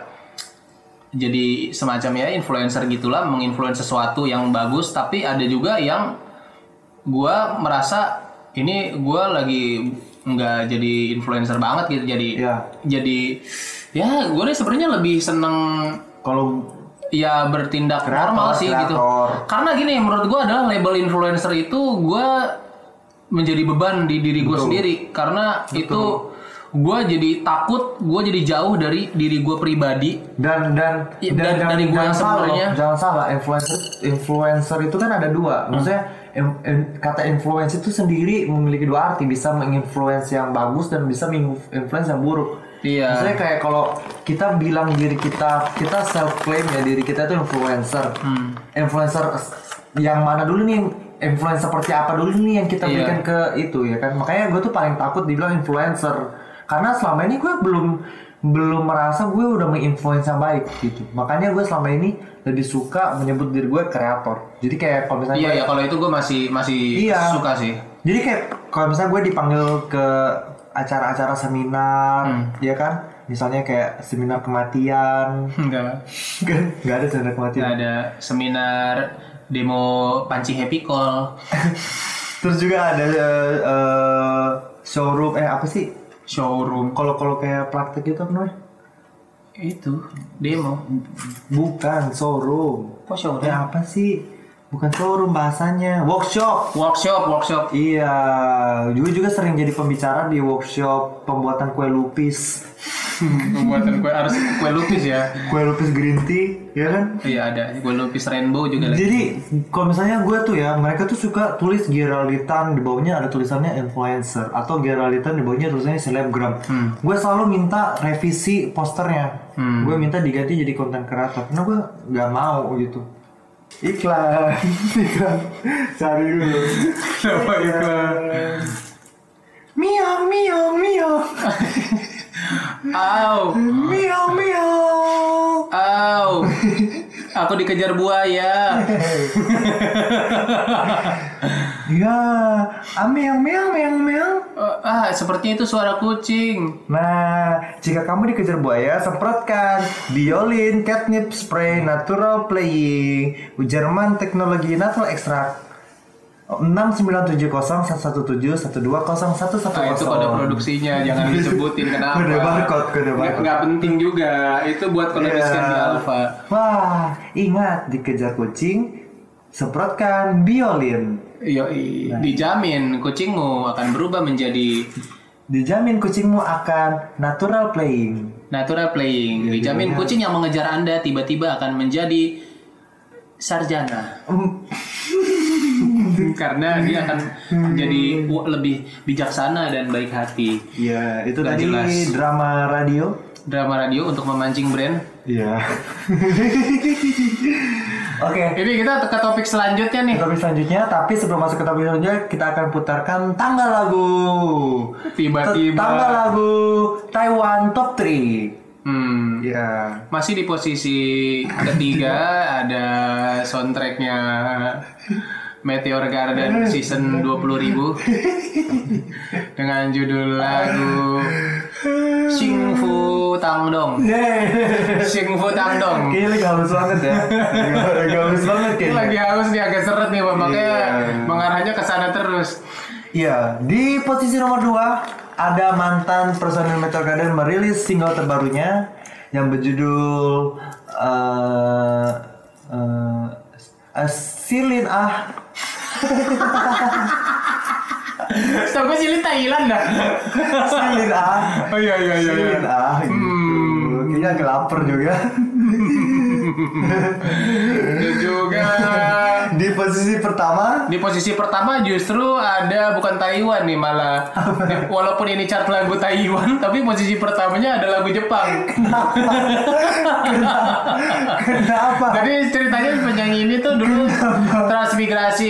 jadi semacam ya influencer gitulah, menginfluence sesuatu yang bagus. Tapi ada juga yang gue merasa ini gue lagi nggak jadi influencer banget gitu. Jadi ya gue deh sebenarnya lebih seneng kalau ya bertindak normal sih gitu. Karena gini, menurut gue adalah label influencer itu gue menjadi beban di diri gue sendiri. Karena itu gue jadi takut, gue jadi jauh dari diri gue pribadi dan dari gue yang sebenarnya. Jangan salah, influencer itu kan ada dua. Maksudnya kata influence itu sendiri memiliki dua arti, bisa menginfluence yang bagus dan bisa menginfluence yang buruk. Iya. Maksudnya kayak kalau kita bilang diri kita self claim ya diri kita itu influencer. Influencer yang mana dulu nih? Influencer seperti apa dulu nih yang kita berikan ke itu ya kan? Makanya gue tuh paling takut dibilang influencer. Karena selama ini gue belum merasa gue udah menginfluence yang baik gitu. Makanya gue selama ini lebih suka menyebut diri gue kreator. Jadi kayak kalau misalnya kalau itu gue masih suka sih. Jadi kayak kalau misalnya gue dipanggil ke acara-acara seminar, ya kan? Misalnya kayak seminar kematian. Enggak ada seminar kematian. Enggak ada seminar demo panci happy call. Terus juga ada showroom apa sih? Showroom. Kalau kayak praktek itu apa namanya? Itu demo. Bukan showroom. Kok showroom? Ya apa sih? Bukan showroom bahasanya. Workshop. Iya. Juga sering jadi pembicara di workshop pembuatan kue lupis. Pembuatan kue harus kue lupis ya. Kue lupis green tea, ya kan? Iya ada. Kue lupis rainbow juga. Jadi kalau misalnya gue tuh ya, mereka tuh suka tulis Geralditan, di bawahnya ada tulisannya influencer, atau Geralditan di bawahnya tulisannya selebgram. Gue selalu minta revisi posternya. Gue minta diganti jadi konten kreator. Karena gue nggak mau gitu. Iklan. Cari dulu. Siapa iklan? Miau. Miau. Aku dikejar buaya. Ya, miau. Sepertinya itu suara kucing. Nah, jika kamu dikejar buaya, semprotkan Biolin Catnip Spray Natural Playing Jerman Teknologi Natural Extract 697011712011. Itu kode produksinya, jangan disebutin kenapa. Kode barcode. Nggak penting juga, itu buat kode diskan di Alfa. Wah, ingat dikejar kucing, semprotkan Biolin. Dijamin kucingmu akan berubah menjadi. Dijamin kucingmu akan natural playing. Dijamin kucing yang mengejar Anda tiba-tiba akan menjadi sarjana. Karena dia akan menjadi lebih bijaksana dan baik hati. Iya, itu tadi jelas. Drama radio untuk memancing brand. Iya. Oke. Ini kita ke topik selanjutnya nih. Topik selanjutnya, tapi sebelum masuk ke topik selanjutnya, kita akan putarkan tanggal lagu. Tiba-tiba. Tanggal lagu Taiwan Top 3. Ya. Masih di posisi ketiga ada soundtracknya Meteor Garden season 20.000 dengan judul lagu Xingfu Tangdong. Xingfu Tangdong. Kayaknya lagi halus banget ya. Lagi halus banget kayaknya. Lagi halus nih, agak seret nih, makanya mengarahnya ke sana terus. Iya, di posisi nomor 2 ada mantan personil Meteor Garden merilis single terbarunya yang berjudul Silin Setahu gue Silin Thailand dah. Silin Oh iya. Silin gitu. Kayaknya agak lapar juga. Itu juga. Di posisi pertama Justru ada bukan Taiwan nih malah. Walaupun ini chart lagu Taiwan, tapi posisi pertamanya ada lagu Jepang. Kenapa? Jadi ceritanya penyanyi ini tuh dulu transmigrasi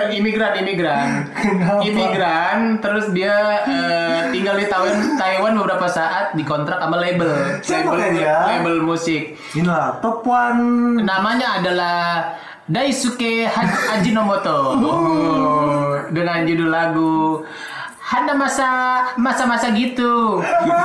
imigran, terus dia tinggal di Taiwan beberapa saat, dikontrak sama label musik. Inilah top 1. Namanya adalah Daisuke Ajinomoto. Dengan judul lagu Hana masa gitu.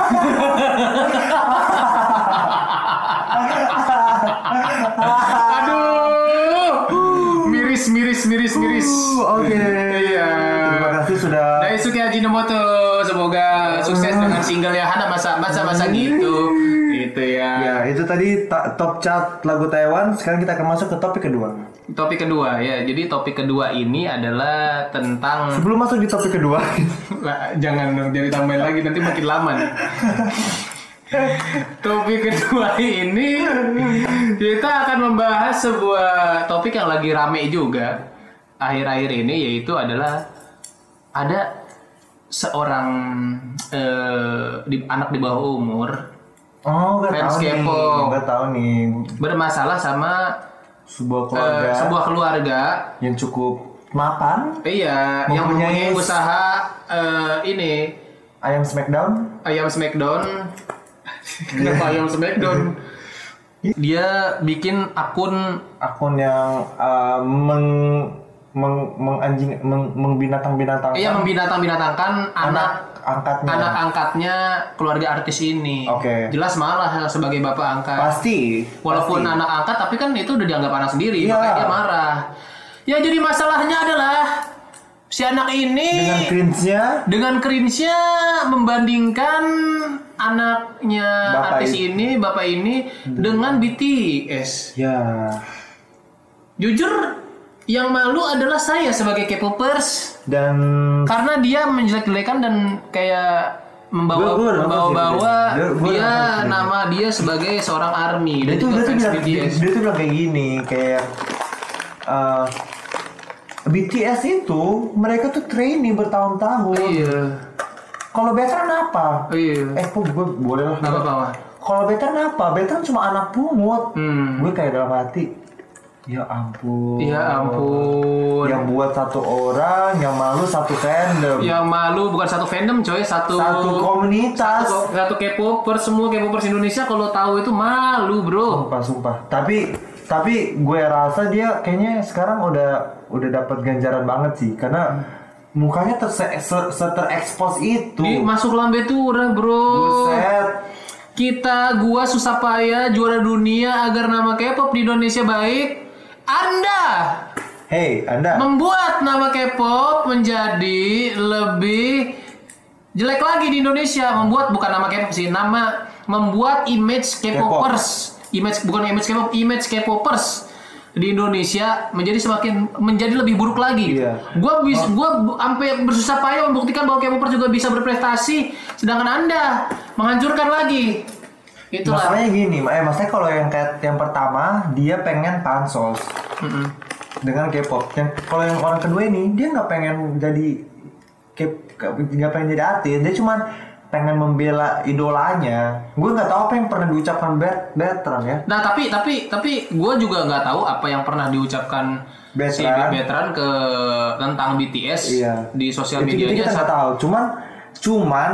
Aduh, miris. Oke. Iya. Terima kasih sudah. Daisuke Ajinomoto, semoga sukses dengan single ya Hana masa gitu. Itu ya. Ya, itu tadi top chart lagu Taiwan. Sekarang kita akan masuk ke topik kedua. Topik kedua ya. Jadi topik kedua ini adalah tentang. Sebelum masuk di topik kedua, Jangan tambahin lagi, nanti makin lama nih. Topik kedua ini kita akan membahas sebuah topik yang lagi rame juga akhir-akhir ini, yaitu adalah ada seorang anak di bawah umur. Fans K-pop. Gak tahu nih. Bermasalah sama sebuah keluarga yang cukup mapan. Iya, yang mempunyai usaha ini Ayam Smackdown. Kenapa Ayam Smackdown? Dia bikin akun yang membinatang-binatangkan. Iya, membinatang-binatangkan anak angkatnya keluarga artis ini. Oke. Jelas malah sebagai bapak angkat. Pasti. Walaupun anak angkat, tapi kan itu udah dianggap anak sendiri, Iya. makanya dia marah. Ya, jadi masalahnya adalah si anak ini dengan cringe-nya membandingkan anaknya bapak ini dengan BTS. Ya. Jujur, yang malu adalah saya sebagai K-popers, dan karena dia menjelek-jelekan dan kayak membawa-bawa dia nama dia sebagai seorang ARMY dan juga fans BTS. Dia tuh bilang kayak gini, kayak BTS itu mereka tuh training bertahun-tahun. Iya. Kalau veteran apa? Iya. Kok gue boleh lah. Nggak apa-apa. Kalau veteran apa? Veteran cuma anak pungut. Gue kayak dalam hati, ya ampun. Yang buat satu orang, yang malu satu fandom. Yang malu bukan satu fandom, coy, satu komunitas. Satu K-popers, semua K-popers Indonesia kalau tahu itu malu, bro. Sumpah. Tapi gue rasa dia kayaknya sekarang udah dapat ganjaran banget sih, karena mukanya terekspos itu. Masuk lambe turah, bro. Buset. Gua susah payah juara dunia agar nama K-pop di Indonesia baik. Anda membuat nama K-pop menjadi lebih jelek lagi di Indonesia. Membuat image K-popers. Image K-popers di Indonesia menjadi lebih buruk lagi. Iya. Gua sampai bersusah payah membuktikan bahwa K-popers juga bisa berprestasi, sedangkan Anda menghancurkan lagi. Itulah. Masalahnya gini, maksudnya kalau yang pertama dia pengen pansos dengan K-pop. Kalau yang orang kedua ini dia nggak pengen jadi artis, dia cuma pengen membela idolanya. Gue nggak tahu apa yang pernah diucapkan Bertrand ya. Nah tapi gue juga nggak tahu apa yang pernah diucapkan si Bertrand ke tentang BTS di sosial medianya. Itu kita nggak tahu. Cuman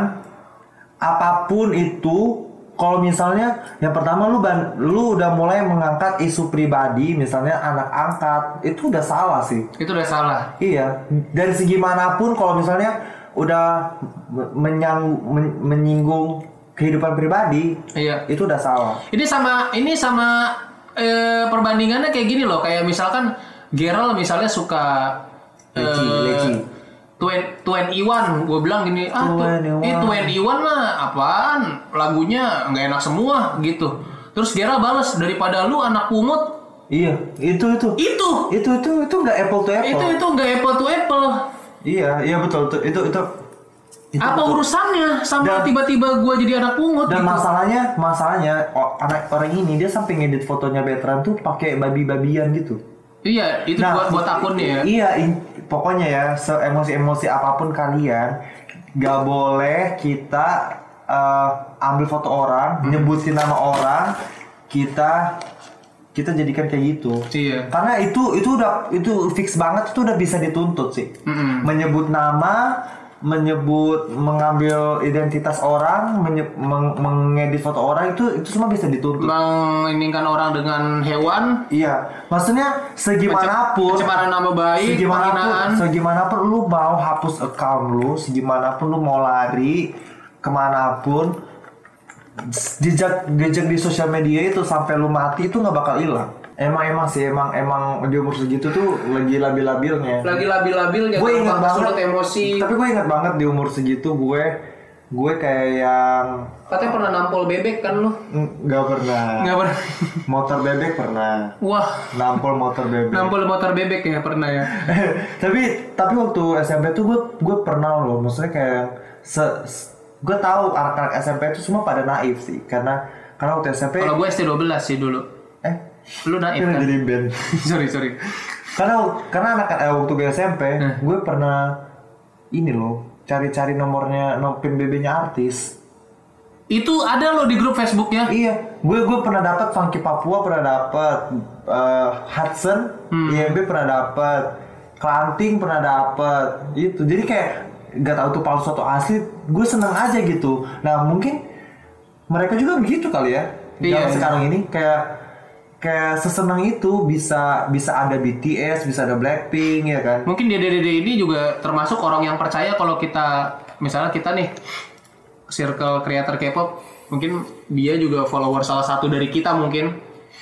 apapun itu, kalau misalnya yang pertama lu udah mulai mengangkat isu pribadi, misalnya anak angkat, itu udah salah sih. Itu udah salah. Iya. Dari segi manapun, kalau misalnya udah menyinggung kehidupan pribadi, itu udah salah. Ini sama perbandingannya kayak gini loh, kayak misalkan Gerald misalnya suka Leci. 21, gue bilang gini, 21 lah, apaan, lagunya nggak enak semua gitu. Terus Gerald balas, daripada lu anak pungut. Iya, itu nggak apple to apple. Itu nggak apple to apple. Iya betul, itu apa betul. Urusannya sama tiba-tiba gue jadi anak pungut? Dan gitu. masalahnya anak orang ini dia sampai ngedit fotonya Bertrand tuh pakai babi-babian gitu. Iya, itu buat akunnya ya. Iya, pokoknya ya, se-emosi apapun kalian, gak boleh kita ambil foto orang, nyebutin nama orang, kita jadikan kayak gitu. Iya. Karena itu fix banget, itu udah bisa dituntut sih. Menyebut nama, mengambil identitas orang, mengedit foto orang, itu semua bisa dituntut. Menginginkan orang dengan hewan. Iya, maksudnya segimanapun pencemaran nama baik, segimanapun lu mau hapus account lu, segimanapun lu mau lari kemanapun, jejak di sosial media itu sampai lu mati itu nggak bakal hilang. Emang di umur segitu tuh lagi labil-labilnya. Gue ingat banget emosi. Tapi gue ingat banget di umur segitu gue kayak yang katanya pernah nampol bebek kan lu? Nggak pernah. Motor bebek pernah. Wah. Nampol motor bebek ya pernah ya. tapi waktu SMP tuh gue pernah loh. Maksudnya kayak gue tahu anak-anak SMP itu semua pada naif sih. Karena waktu SMP. Kalau gue ST12 sih dulu. Lu naif kan? Jadi band. sorry. Karena waktu gue SMP, gue pernah ini loh, cari-cari nomornya pin BB-nya artis. Itu ada loh di grup Facebooknya. Iya, gue pernah dapat Funky Papua, pernah dapat Hudson, IMB pernah dapat, Klanting pernah dapat. Itu. Jadi kayak nggak tahu tuh palsu atau asli, gue seneng aja gitu. Nah mungkin mereka juga begitu kali ya. Iya. Sekarang ini kayak sesenang itu bisa ada BTS, bisa ada Blackpink ya kan. Mungkin Dede ini juga termasuk orang yang percaya kalau misalnya kita nih circle creator K-pop, mungkin dia juga follower salah satu dari kita mungkin.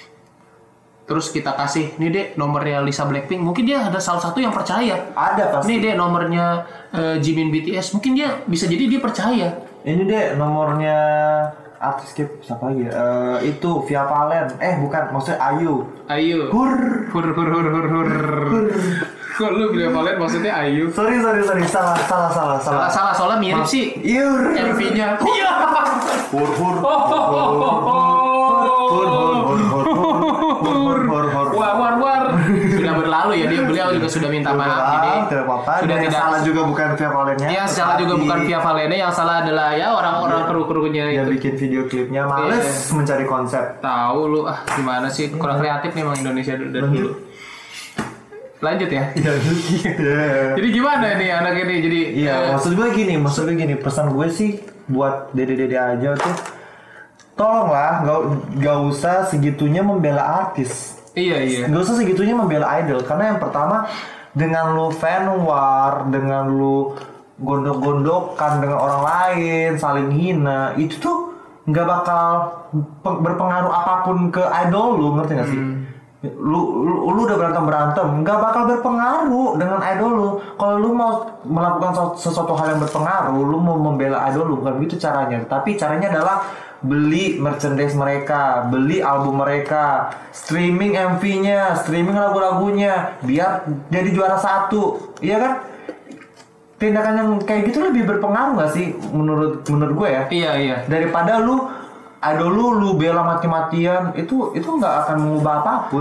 Terus kita kasih, nih Dek nomornya Lisa Blackpink, mungkin dia ada salah satu yang percaya. Ada pasti. Nih Dek nomornya Jimin BTS, mungkin dia jadi percaya. Ini Dek nomornya artis K-pop siapa lagi? Itu Via Valen. Bukan, maksudnya Ayu. Hur. Kok lu Via Valen maksudnya Ayu? Sorry. Salah, soalnya mirip sih. MV-nya. Iya. Hur. War. Sudah berlalu ya, beliau juga sudah minta maaf. Jadi tidak apa-apa. Sudah tidak salah juga bukan Via Valennya. Yang salah juga bukan Via Valennya, yang salah adalah ya orang-orang kru-krunya itu. Yang bikin video klipnya males mencari konsep. Tahu lu gimana sih, kurang kreatif nih emang Indonesia dari dulu. Lanjut ya. Jadi gimana nih anak ini? Jadi maksud gue gini, pesan gue sih buat dede-dede aja tuh, tolonglah gak usah segitunya membela artis. Iya. Gak usah segitunya membela idol, karena yang pertama dengan lu fan war, dengan lu gondok-gondokan dengan orang lain, saling hina, itu tuh nggak bakal berpengaruh apapun ke idol lu, ngerti gak sih? Lu udah berantem nggak bakal berpengaruh dengan idol lu. Kalau lu mau melakukan sesuatu hal yang berpengaruh, lu mau membela idol lu, bukan gitu caranya. Tapi caranya adalah beli merchandise mereka, beli album mereka, streaming MV-nya, streaming lagu-lagunya, biar jadi juara 1, iya kan? Tindakan yang kayak gitu lebih berpengaruh nggak sih menurut gue ya? Iya. Daripada lu idol lu bela mati-matian, itu nggak akan mengubah apapun.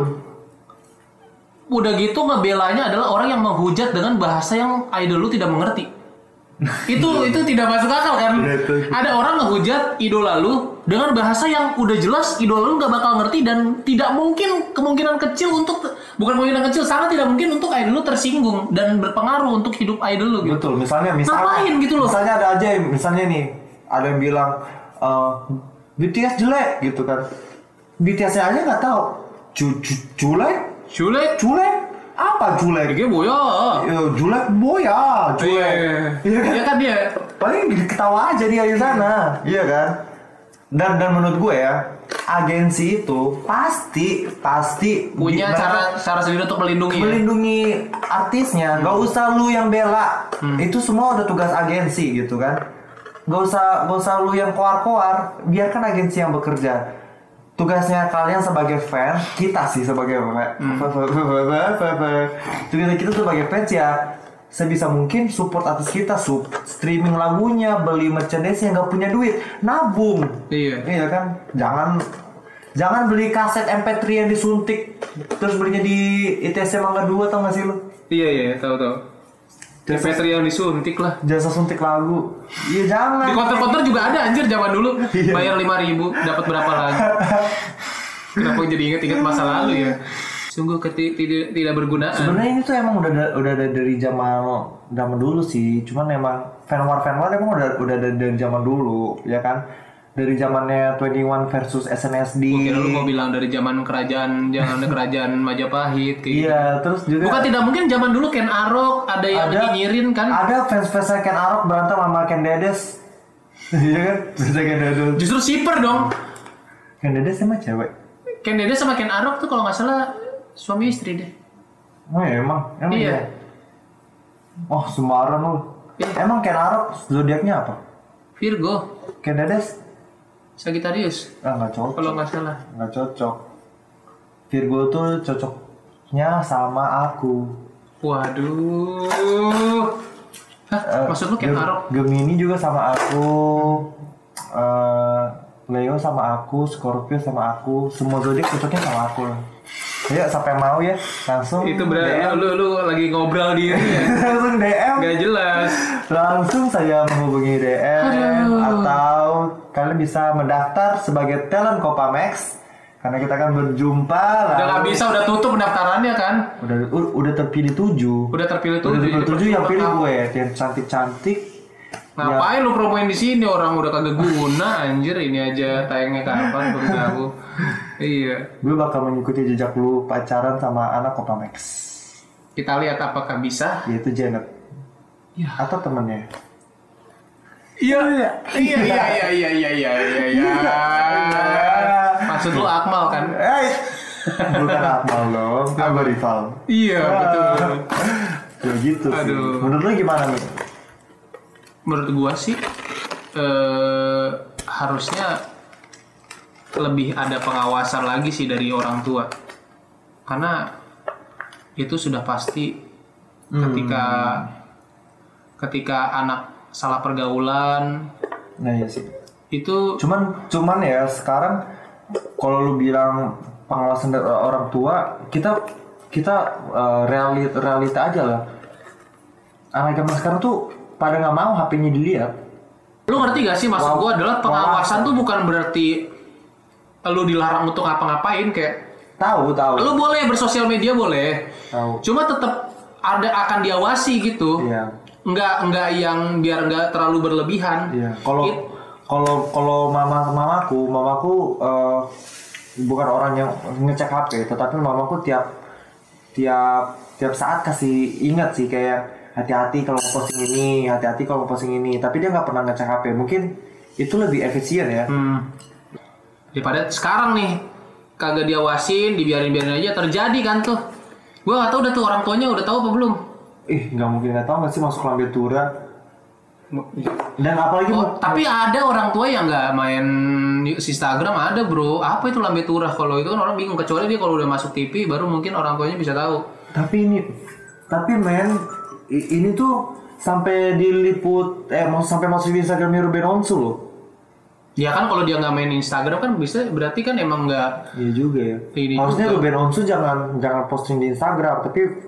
Udah gitu ngebelanya adalah orang yang menghujat dengan bahasa yang idol lu tidak mengerti. Itu tidak masuk akal kan? Ada orang ngehujat idola lu dengan bahasa yang udah jelas idola lu nggak bakal ngerti dan tidak mungkin kemungkinan kecil untuk sangat tidak mungkin untuk idol lu tersinggung dan berpengaruh untuk hidup idol lu gitu. Betul, misalnya ngapain gitu loh? Misalnya ada aja misalnya nih ada yang bilang BTS jelek gitu kan. BTS-nya aja nggak tahu. Julek? Apa julek? Dia boya. Julek boya. Iya kan dia. Paling ketawa aja dia di sana. Iya kan? Dan menurut gue ya, agensi itu pasti punya cara sendiri untuk melindungi artisnya. Gak usah lu yang bela. Itu semua udah tugas agensi gitu kan. Gak usah lu yang koar-koar. Biarkan agensi yang bekerja. Tugasnya kalian sebagai fan, kita sih sebagai kita sebagai fans ya sebisa mungkin support artis kita, streaming lagunya, beli merchandise yang nggak punya duit, nabung. Iya kan, jangan beli kaset MP3 yang disuntik terus belinya di ITC Mangga 2, tau gak sih lu? Iya tahu. MP3 yang disuntik lah. Jasa suntik lagu. Iya jangan. Di konter-konter juga ada anjir zaman dulu. Bayar 5.000 dapat berapa lagu. Kenapa jadi inget masa lalu ya? Sungguh tidak berguna. Sebenarnya ini tuh emang udah dari zaman dulu sih. Cuman emang fanwar emang udah dari zaman dulu, ya kan? Dari zamannya 21 versus SNSD. Mungkin lu mau bilang dari zaman kerajaan Majapahit kayak iya, gitu. Terus juga bukan tidak mungkin zaman dulu Ken Arok ada yang nyinyirin kan? Ada fans-fansnya Ken Arok berantem sama Ken Dedes. Iya kan? Bisa Ken Dedes. Justru shipper dong. Ken Dedes sama cewek. Ken Dedes sama Ken Arok tuh kalau nggak salah suami istri deh. Oh ya, emang iya. Oh sembarang lu. Iya. Emang Ken Arok zodiaknya apa? Virgo. Ken Dedes Sagittarius. Nggak cocok. Kalau nggak salah. Nggak cocok. Virgo tuh cocoknya sama aku. Waduh. Maksud lu Ken Arok? Gemini juga sama aku. Leo sama aku. Scorpio sama aku. Semua zodiak cocoknya sama aku. Ayo sampai mau ya langsung. Itu berarti lu lagi ngobrol di ini ya. Langsung DM. Gak jelas. Langsung saya menghubungi DM. Atau kalian bisa mendaftar sebagai talent Copamex karena kita akan berjumpa. Udah nggak bisa, udah tutup pendaftarannya kan? Udah terpilih 7. Udah terpilih 7 yang pilih gue yang cantik. Ngapain lu promoin di sini, orang udah kagak guna anjir, ini aja tayangnya kapan baru tahu. Iya. Gue bakal mengikuti jejak lu pacaran sama anak Copamex. Kita lihat apakah bisa. Yaitu Janet. Ya. Atau temennya. Iya. Maksud lu Akmal kan? Bukan Akmal dong, Abah rival. Iya betul. Ya gitu sih. Menurut lu gimana nih? Menurut gua sih harusnya lebih ada pengawasan lagi sih dari orang tua. Karena itu sudah pasti ketika anak salah pergaulan. Nah iya sih. Itu cuman ya sekarang kalau lu bilang pengawasan dari orang tua, kita realita aja lah. Anak zaman sekarang tuh pada nggak mau HP-nya dilihat. Lu ngerti gak sih maksud gue adalah pengawasan tuh bukan berarti lu dilarang untuk ngapa-ngapain kayak. Tahu. Lu boleh bersosial media boleh. Tahu. Cuma tetap akan diawasi gitu. Iya. Enggak yang biar enggak terlalu berlebihan. Iya. Kalau mamaku bukan orang yang ngecek HP, tetapi mamaku tiap saat kasih ingat sih kayak hati-hati kalau mau posting ini, tapi dia nggak pernah ngecek HP. Mungkin itu lebih efisien ya. Daripada sekarang nih kagak diawasin, dibiarin aja terjadi kan tuh. Gue nggak tahu udah tuh orang tuanya udah tahu apa belum. Nggak mungkin nggak tahu nggak sih masuk lambe tura. Dan apalagi tapi ada orang tua yang nggak main Instagram, ada bro. Apa itu lambe turah? Kalau itu kan orang bingung, kecuali dia kalau udah masuk TV baru mungkin orang tuanya bisa tahu. Tapi ini tuh sampai diliput sampai masuk di Instagramnya Ruben Onsu loh. Ya kan kalau dia nggak main Instagram kan bisa, berarti kan emang nggak. Iya juga ya. Harusnya Ruben Onsu jangan posting di Instagram, tapi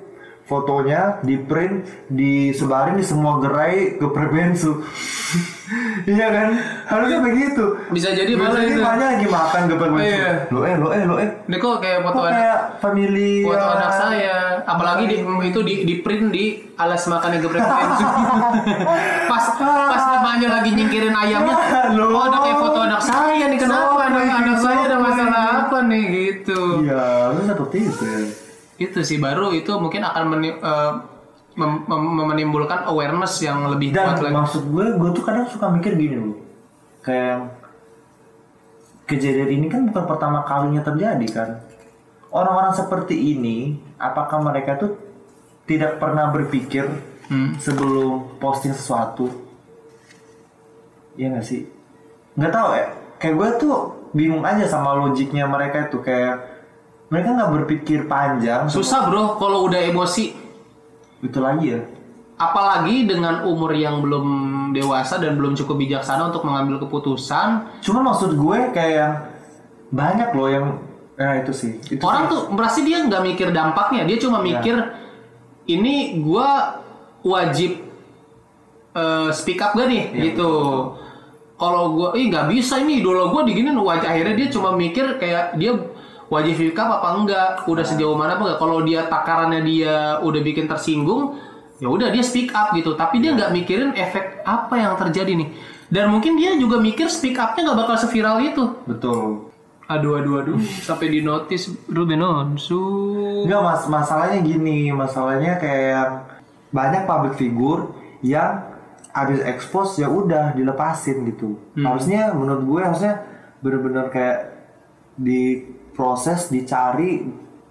fotonya, di print, disebarin di semua gerai geprek bensu. Iya kan? Harusnya begitu. Bisa jadi malah itu. Banyak lagi makan geprek bensu. Iya. Lo eh. Ini kok kayak foto kayak family. Foto anak saya. Apalagi di print di alas makannya geprek bensu. pas namanya lagi nyingkirin ayamnya. Oh, ada kayak foto anak saya nih. Kenapa anak saya ada masalah apa nih gitu. Iya, itu seperti itu ya. Itu sih baru itu mungkin akan menimbulkan awareness yang lebih kuat lagi. Dan maksud gue tuh kadang suka mikir gini loh, kayak kejadian ini kan bukan pertama kalinya terjadi kan. Orang-orang seperti ini, apakah mereka tuh tidak pernah berpikir sebelum posting sesuatu? Iya nggak sih? Nggak tahu ya. Kayak gue tuh bingung aja sama logiknya mereka itu, kayak mereka nggak berpikir panjang. Susah bro kalau udah emosi. Itu lagi ya. Apalagi dengan umur yang belum dewasa dan belum cukup bijaksana untuk mengambil keputusan. Cuma maksud gue kayak banyak loh yang itu sih. Itu orang sih. tuh merasa dia nggak mikir dampaknya. Dia cuma mikir ini gue wajib speak up gak nih gitu. Kalau gue nggak bisa ini idola gue diginin wajah. Akhirnya dia cuma mikir kayak dia wajib speak up apa enggak, udah sejauh mana apa enggak. Kalau dia takarannya dia udah bikin tersinggung, ya udah dia speak up gitu. Tapi dia nggak mikirin efek apa yang terjadi nih. Dan mungkin dia juga mikir speak up-nya nggak bakal seviral itu. Betul. Aduh. Sampai di notice Ruben Onsu. Enggak masalahnya gini, masalahnya kayak banyak public figure yang habis expose ya udah dilepasin gitu. Harusnya menurut gue harusnya bener-bener kayak diproses, dicari,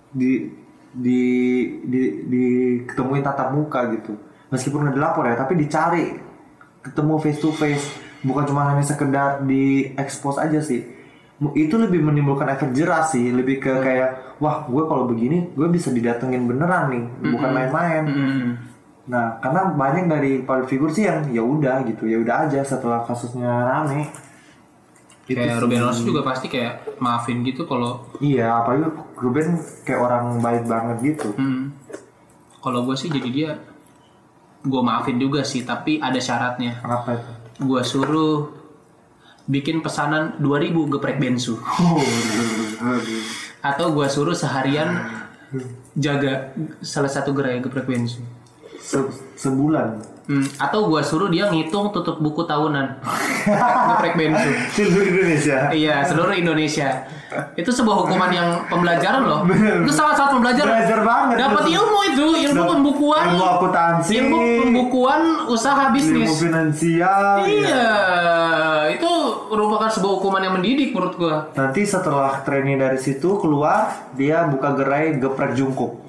ketemuin tatap muka gitu. Meskipun nggak dilapor ya, tapi dicari, ketemu face to face, bukan cuma hanya sekedar di expose aja sih. Itu lebih menimbulkan efek jerah sih, lebih ke kayak wah gue kalau begini gue bisa didatengin beneran nih, bukan main-main. Nah karena banyak dari public figure sih yang ya udah gitu, ya udah aja setelah kasusnya rame. Kayak Ruben Onsu juga pasti kayak maafin gitu kalau. Iya, apalagi Ruben kayak orang baik banget gitu. Kalau gue sih jadi dia, gue maafin juga sih, tapi ada syaratnya. Apa itu? Gue suruh bikin pesanan 2.000 geprek bensu. Atau gue suruh seharian jaga salah satu gerai geprek bensu. Sebulan. Atau gue suruh dia ngitung tutup buku tahunan geprek bensu. Seluruh Indonesia. Iya, seluruh Indonesia. Itu sebuah hukuman yang pembelajaran loh. Itu salah satu pembelajaran. Belajar banget. Dapat ilmu itu, ilmu pembukuan, ilmu akuntansi, ilmu pembukuan usaha bisnis, ilmu finansial. Iya, itu merupakan sebuah hukuman yang mendidik menurut gua. Nanti setelah training dari situ keluar, dia buka gerai geprek jungkuk.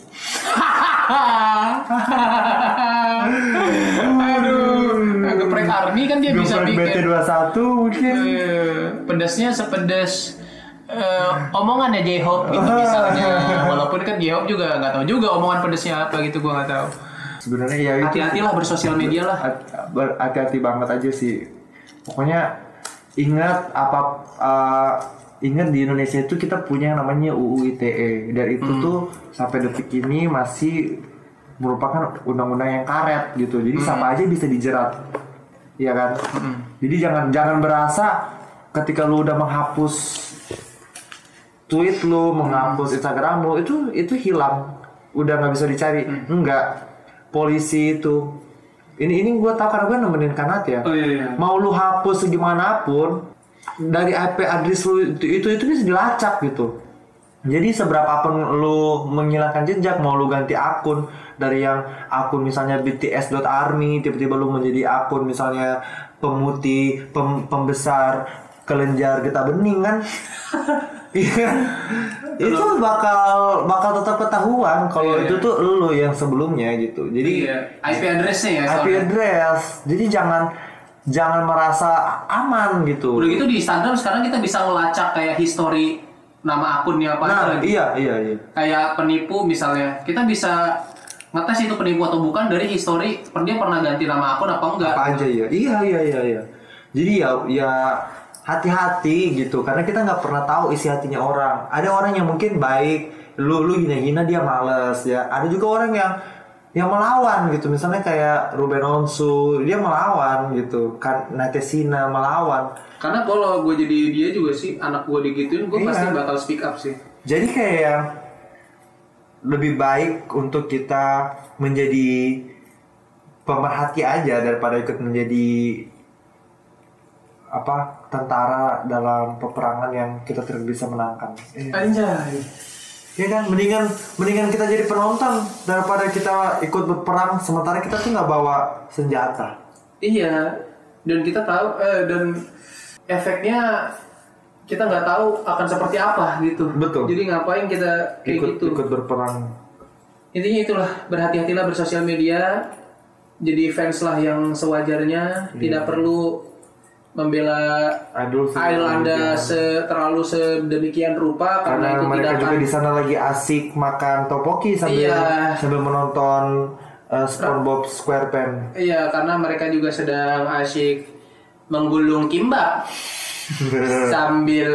Aduh, geprek Army kan dia bisa bikin. BT21 mungkin. Pedasnya sepedas omongan ya J-Hope gitu misalnya. Walaupun kan J-Hope juga nggak tahu juga omongan pedasnya apa gitu, gua nggak tahu. Sebenarnya ya itu. Hati-hatilah bersosial media lah. Hati-hati banget aja sih. Pokoknya ingat ingat di Indonesia itu kita punya yang namanya UU ITE, dan itu tuh sampai detik ini masih merupakan undang-undang yang karet gitu. Jadi siapa aja bisa dijerat, iya kan? Jadi jangan berasa ketika lu udah menghapus tweet lu, menghapus Instagram lu, itu hilang, udah nggak bisa dicari. Enggak, polisi itu. Ini gue tahu karena gue nemenin Kanat ya. Oh, iya. Mau lu hapus segimanapun, dari IP address lu itu bisa dilacak gitu. Jadi seberapa pun lu menghilangkan jejak, mau lu ganti akun dari yang akun misalnya bts.army tiba-tiba lu menjadi akun misalnya pemutih, pembesar kelenjar getah bening kan. Iya. Itu bakal tetap ketahuan kalau itu tuh lu yang sebelumnya gitu. Jadi IP address-nya ya. IP address. Jadi jangan merasa aman gitu. Udah gitu di Instagram sekarang kita bisa ngelacak kayak history nama akunnya apa nah, lagi. Iya. Kayak penipu misalnya, kita bisa ngetes itu penipu atau bukan dari history dia pernah ganti nama akun apa enggak. Apa aja ya. Iya. Jadi ya hati-hati gitu, karena kita nggak pernah tahu isi hatinya orang. Ada orang yang mungkin baik, lu hina-hina dia males ya. Ada juga orang yang yang melawan gitu. Misalnya kayak Ruben Onsu, dia melawan gitu. Kan Natesina melawan. Karena kalau gue jadi dia juga sih, anak gue digituin, gue pasti bakal speak up sih. Jadi kayak lebih baik untuk kita menjadi pemerhati aja daripada ikut menjadi tentara dalam peperangan yang kita tidak bisa menangkan. Anjay. Ya kan, mendingan kita jadi penonton daripada kita ikut berperang sementara kita tuh nggak bawa senjata. Iya, dan kita tahu dan efeknya kita nggak tahu akan seperti apa gitu. Betul. Jadi ngapain kita kayak ikut berperang. Intinya itulah, berhati-hatilah bersosial media. Jadi fans lah yang sewajarnya, tidak perlu membela idol Anda terlalu sedemikian rupa karena itu mereka tidak juga di sana lagi asik makan topoki sambil menonton SpongeBob SquarePants. Iya, karena mereka juga sedang asyik menggulung kimbap sambil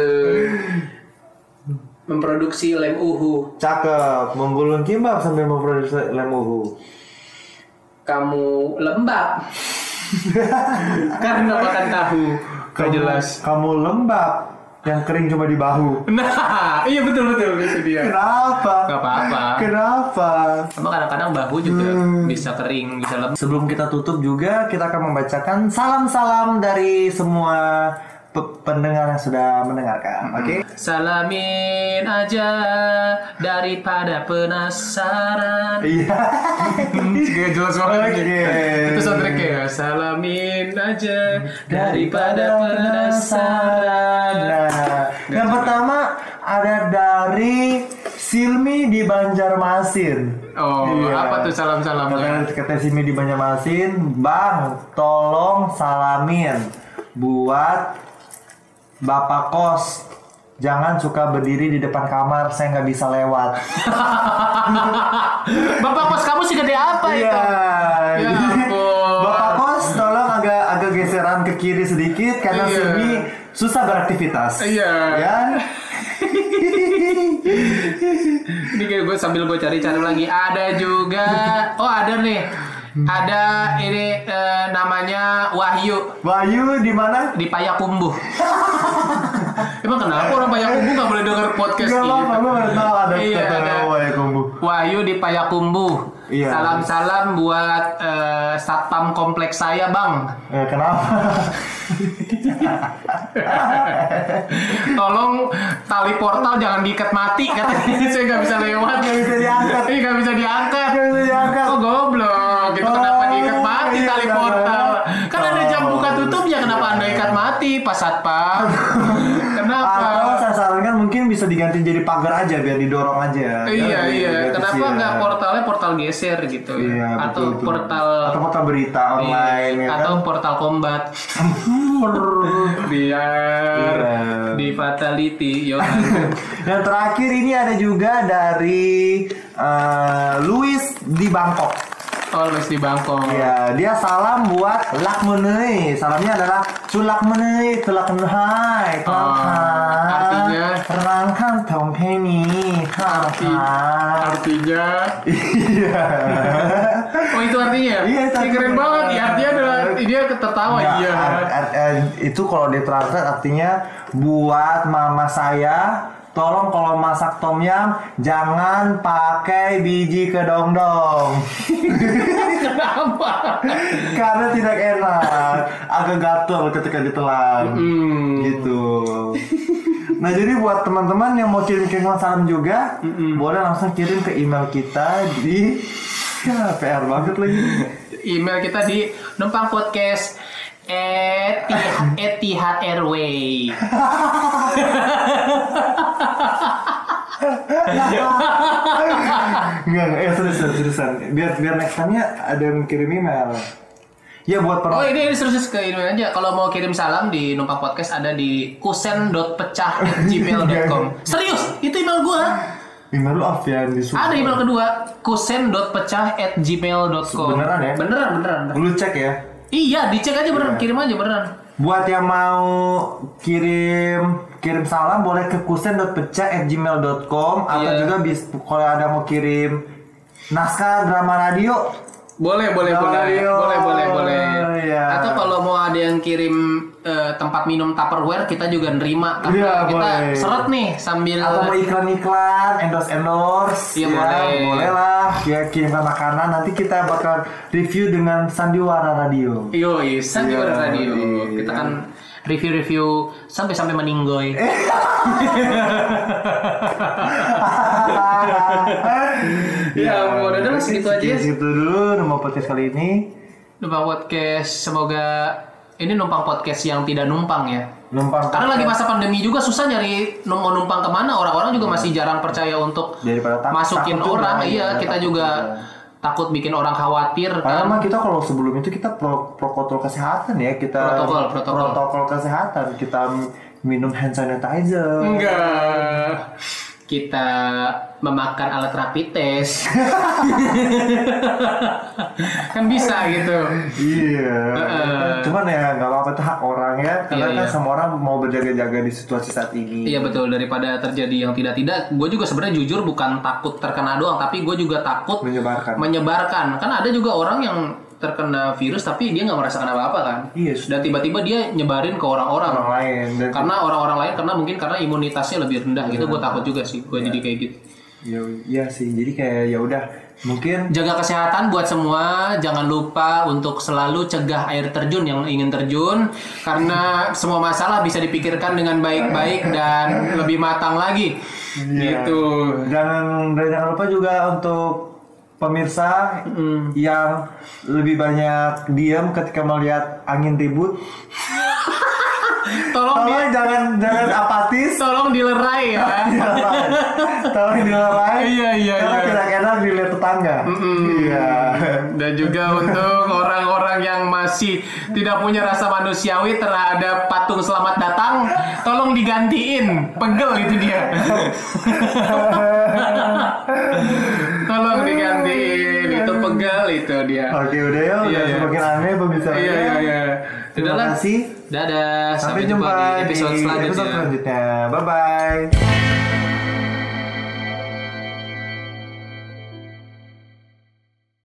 memproduksi lem uhu. Cakep, menggulung kimbap sambil memproduksi lem uhu. Kamu lembab karena makan tahu. Jelas. Kamu lembab yang kering cuma di bahu. Nah, iya betul itu dia. Kenapa? Gak apa-apa. Kenapa? Emang kadang-kadang bahu juga bisa kering, bisa lembab. Sebelum kita tutup juga, kita akan membacakan salam-salam dari semua pendengar yang sudah mendengarkan. Oke? Salamin aja daripada penasaran. Iya. Gak jelas banget. Itu soundtracknya. Salamin aja daripada penasaran. Nah, yang pertama ada dari Silmi di Banjarmasin. Oh, apa tuh salam-salamnya? Kata Silmi di Banjarmasin, Bang, tolong salamin buat Bapak kos, jangan suka berdiri di depan kamar, saya nggak bisa lewat. Bapak kos kamu sih gede apa itu? Ya ampun. Bapak kos, tolong agak geseran ke kiri sedikit karena Silmi susah beraktivitas. Iya. Ya. Ini kayak gue sambil gue cari-cari lagi. Ada juga. Oh ada nih. Ada ini namanya Wahyu. Wahyu di mana? Di Payakumbuh. Emang kenapa orang Payakumbuh nggak boleh denger podcast gitu? Gak apa-apa, gue tahu ada Payakumbuh. Wahyu di Payakumbuh. Iya. Salam-salam buat satpam kompleks saya, Bang. Kenapa? Tolong tali portal jangan diikat mati katanya. Saya nggak bisa lewat. Nggak bisa diangkat. Nggak bisa diangkat. Nggak bisa diangkat. Oh goblok. Gitu kenapa diikat mati tali portal? Kan ada jam buka tutupnya. Kenapa Anda ikat mati, Pak Satpam? Kenapa? Atau saya sarankan mungkin bisa diganti jadi pagar aja biar didorong aja. Iya. Kenapa nggak portalnya portal geser gitu? Iya, atau betul. portal berita online. Iya. Atau portal combat. Biar di fatality. Yang terakhir ini ada juga dari Louis di Bangkok. Oh, Louis di Bangkok. Ya, dia salam buat Lakmenei. Salamnya adalah Sulakmenei, Tulakmenhai, artinya Rangkan Tompeni. Artinya iya. Oh, itu artinya? Iya, itu artinya. Keren banget. Ya, artinya adalah dia tertawa. Iya. Itu kalau ditranslate artinya buat mama saya, tolong kalau masak tom yum jangan pakai biji kedong-dong. Kenapa? Karena tidak enak, agak gatel ketika ditelan. Gitu. Nah, jadi buat teman-teman yang mau kirim salam juga, boleh langsung kirim ke email kita di PR banget lagi. Email kita di numpangpodcast@etihad-airway. Enggak, seriusan. Biar next time-nya ada yang kirim email. Ya buat Oh ini serius ke email aja. Kalau mau kirim salam di Numpang Podcast ada di kusen.pecah@gmail.com. Serius, itu email gua. Email lu Alfian disuruh. Ada email kedua, kusen.pecah@gmail.com. Beneran ya? Beneran. Lu cek ya. Iya, dicek aja beneran, kirim aja beneran. Buat yang mau kirim salam boleh ke kusen.pecah@gmail.com atau juga kalau ada mau kirim naskah drama radio. Boleh. Ya. Atau kalau mau ada yang kirim tempat minum Tupperware, kita juga nerima. Karena kita boleh. seret nih sambil. Atau mau iklan, endorse. Iya, ya, boleh lah. Ya kirimkan makanan. Nanti kita bakal review dengan Sandiwara Radio. Yoi, Sandiwara Radio. Iya. Kita kan review sampai meninggoy. Ya, udah segitu aja. Segitu dulu Numpang Podcast kali ini. Numpang Podcast, semoga ini numpang podcast yang tidak numpang ya. Numpang. Karena lagi masa pandemi juga susah nyari mau numpang kemana. Orang-orang juga masih jarang percaya untuk masukin orang. Iya, kita juga takut bikin orang khawatir. Karena mah kita kalau sebelum itu kita protokol kesehatan ya, kita protokol kesehatan, kita minum hand sanitizer. Enggak. Kita memakan alat rapid test. Kan bisa gitu. Iya. Cuman ya nggak apa-apa, itu hak orang ya. Karena kan semua orang mau berjaga-jaga di situasi saat ini. Iya betul, daripada terjadi yang tidak-tidak. Gue juga sebenarnya jujur bukan takut terkena doang, tapi gue juga takut menyebarkan. Kan ada juga orang yang terkena virus tapi dia nggak merasakan apa-apa kan. Iya. Dan tiba-tiba dia nyebarin ke orang-orang lain. Karena orang-orang lain mungkin imunitasnya lebih rendah gitu. Gue takut juga sih. Gue jadi kayak gitu. Iya sih. Jadi kayak ya udah, mungkin jaga kesehatan buat semua. Jangan lupa untuk selalu cegah air terjun yang ingin terjun, karena semua masalah bisa dipikirkan dengan baik-baik dan lebih matang lagi. Gitu. Jangan lupa juga untuk pemirsa yang lebih banyak diam ketika melihat angin ribut. Tolong jangan apatis. Tolong dilerai ya. Tolong dilerai. Iya. Karena tidak enak dilihat tetangga. Iya. Dan juga untuk orang-orang yang masih tidak punya rasa manusiawi terhadap patung selamat datang, tolong digantiin. Pegel itu dia. Tolong digantiin. Itu pegel itu dia. Oke, udah ya. Udah semakin aneh pembicaranya. Iya. Terima kasih. Dadah. Sampai jumpa di episode selanjutnya. Bye bye.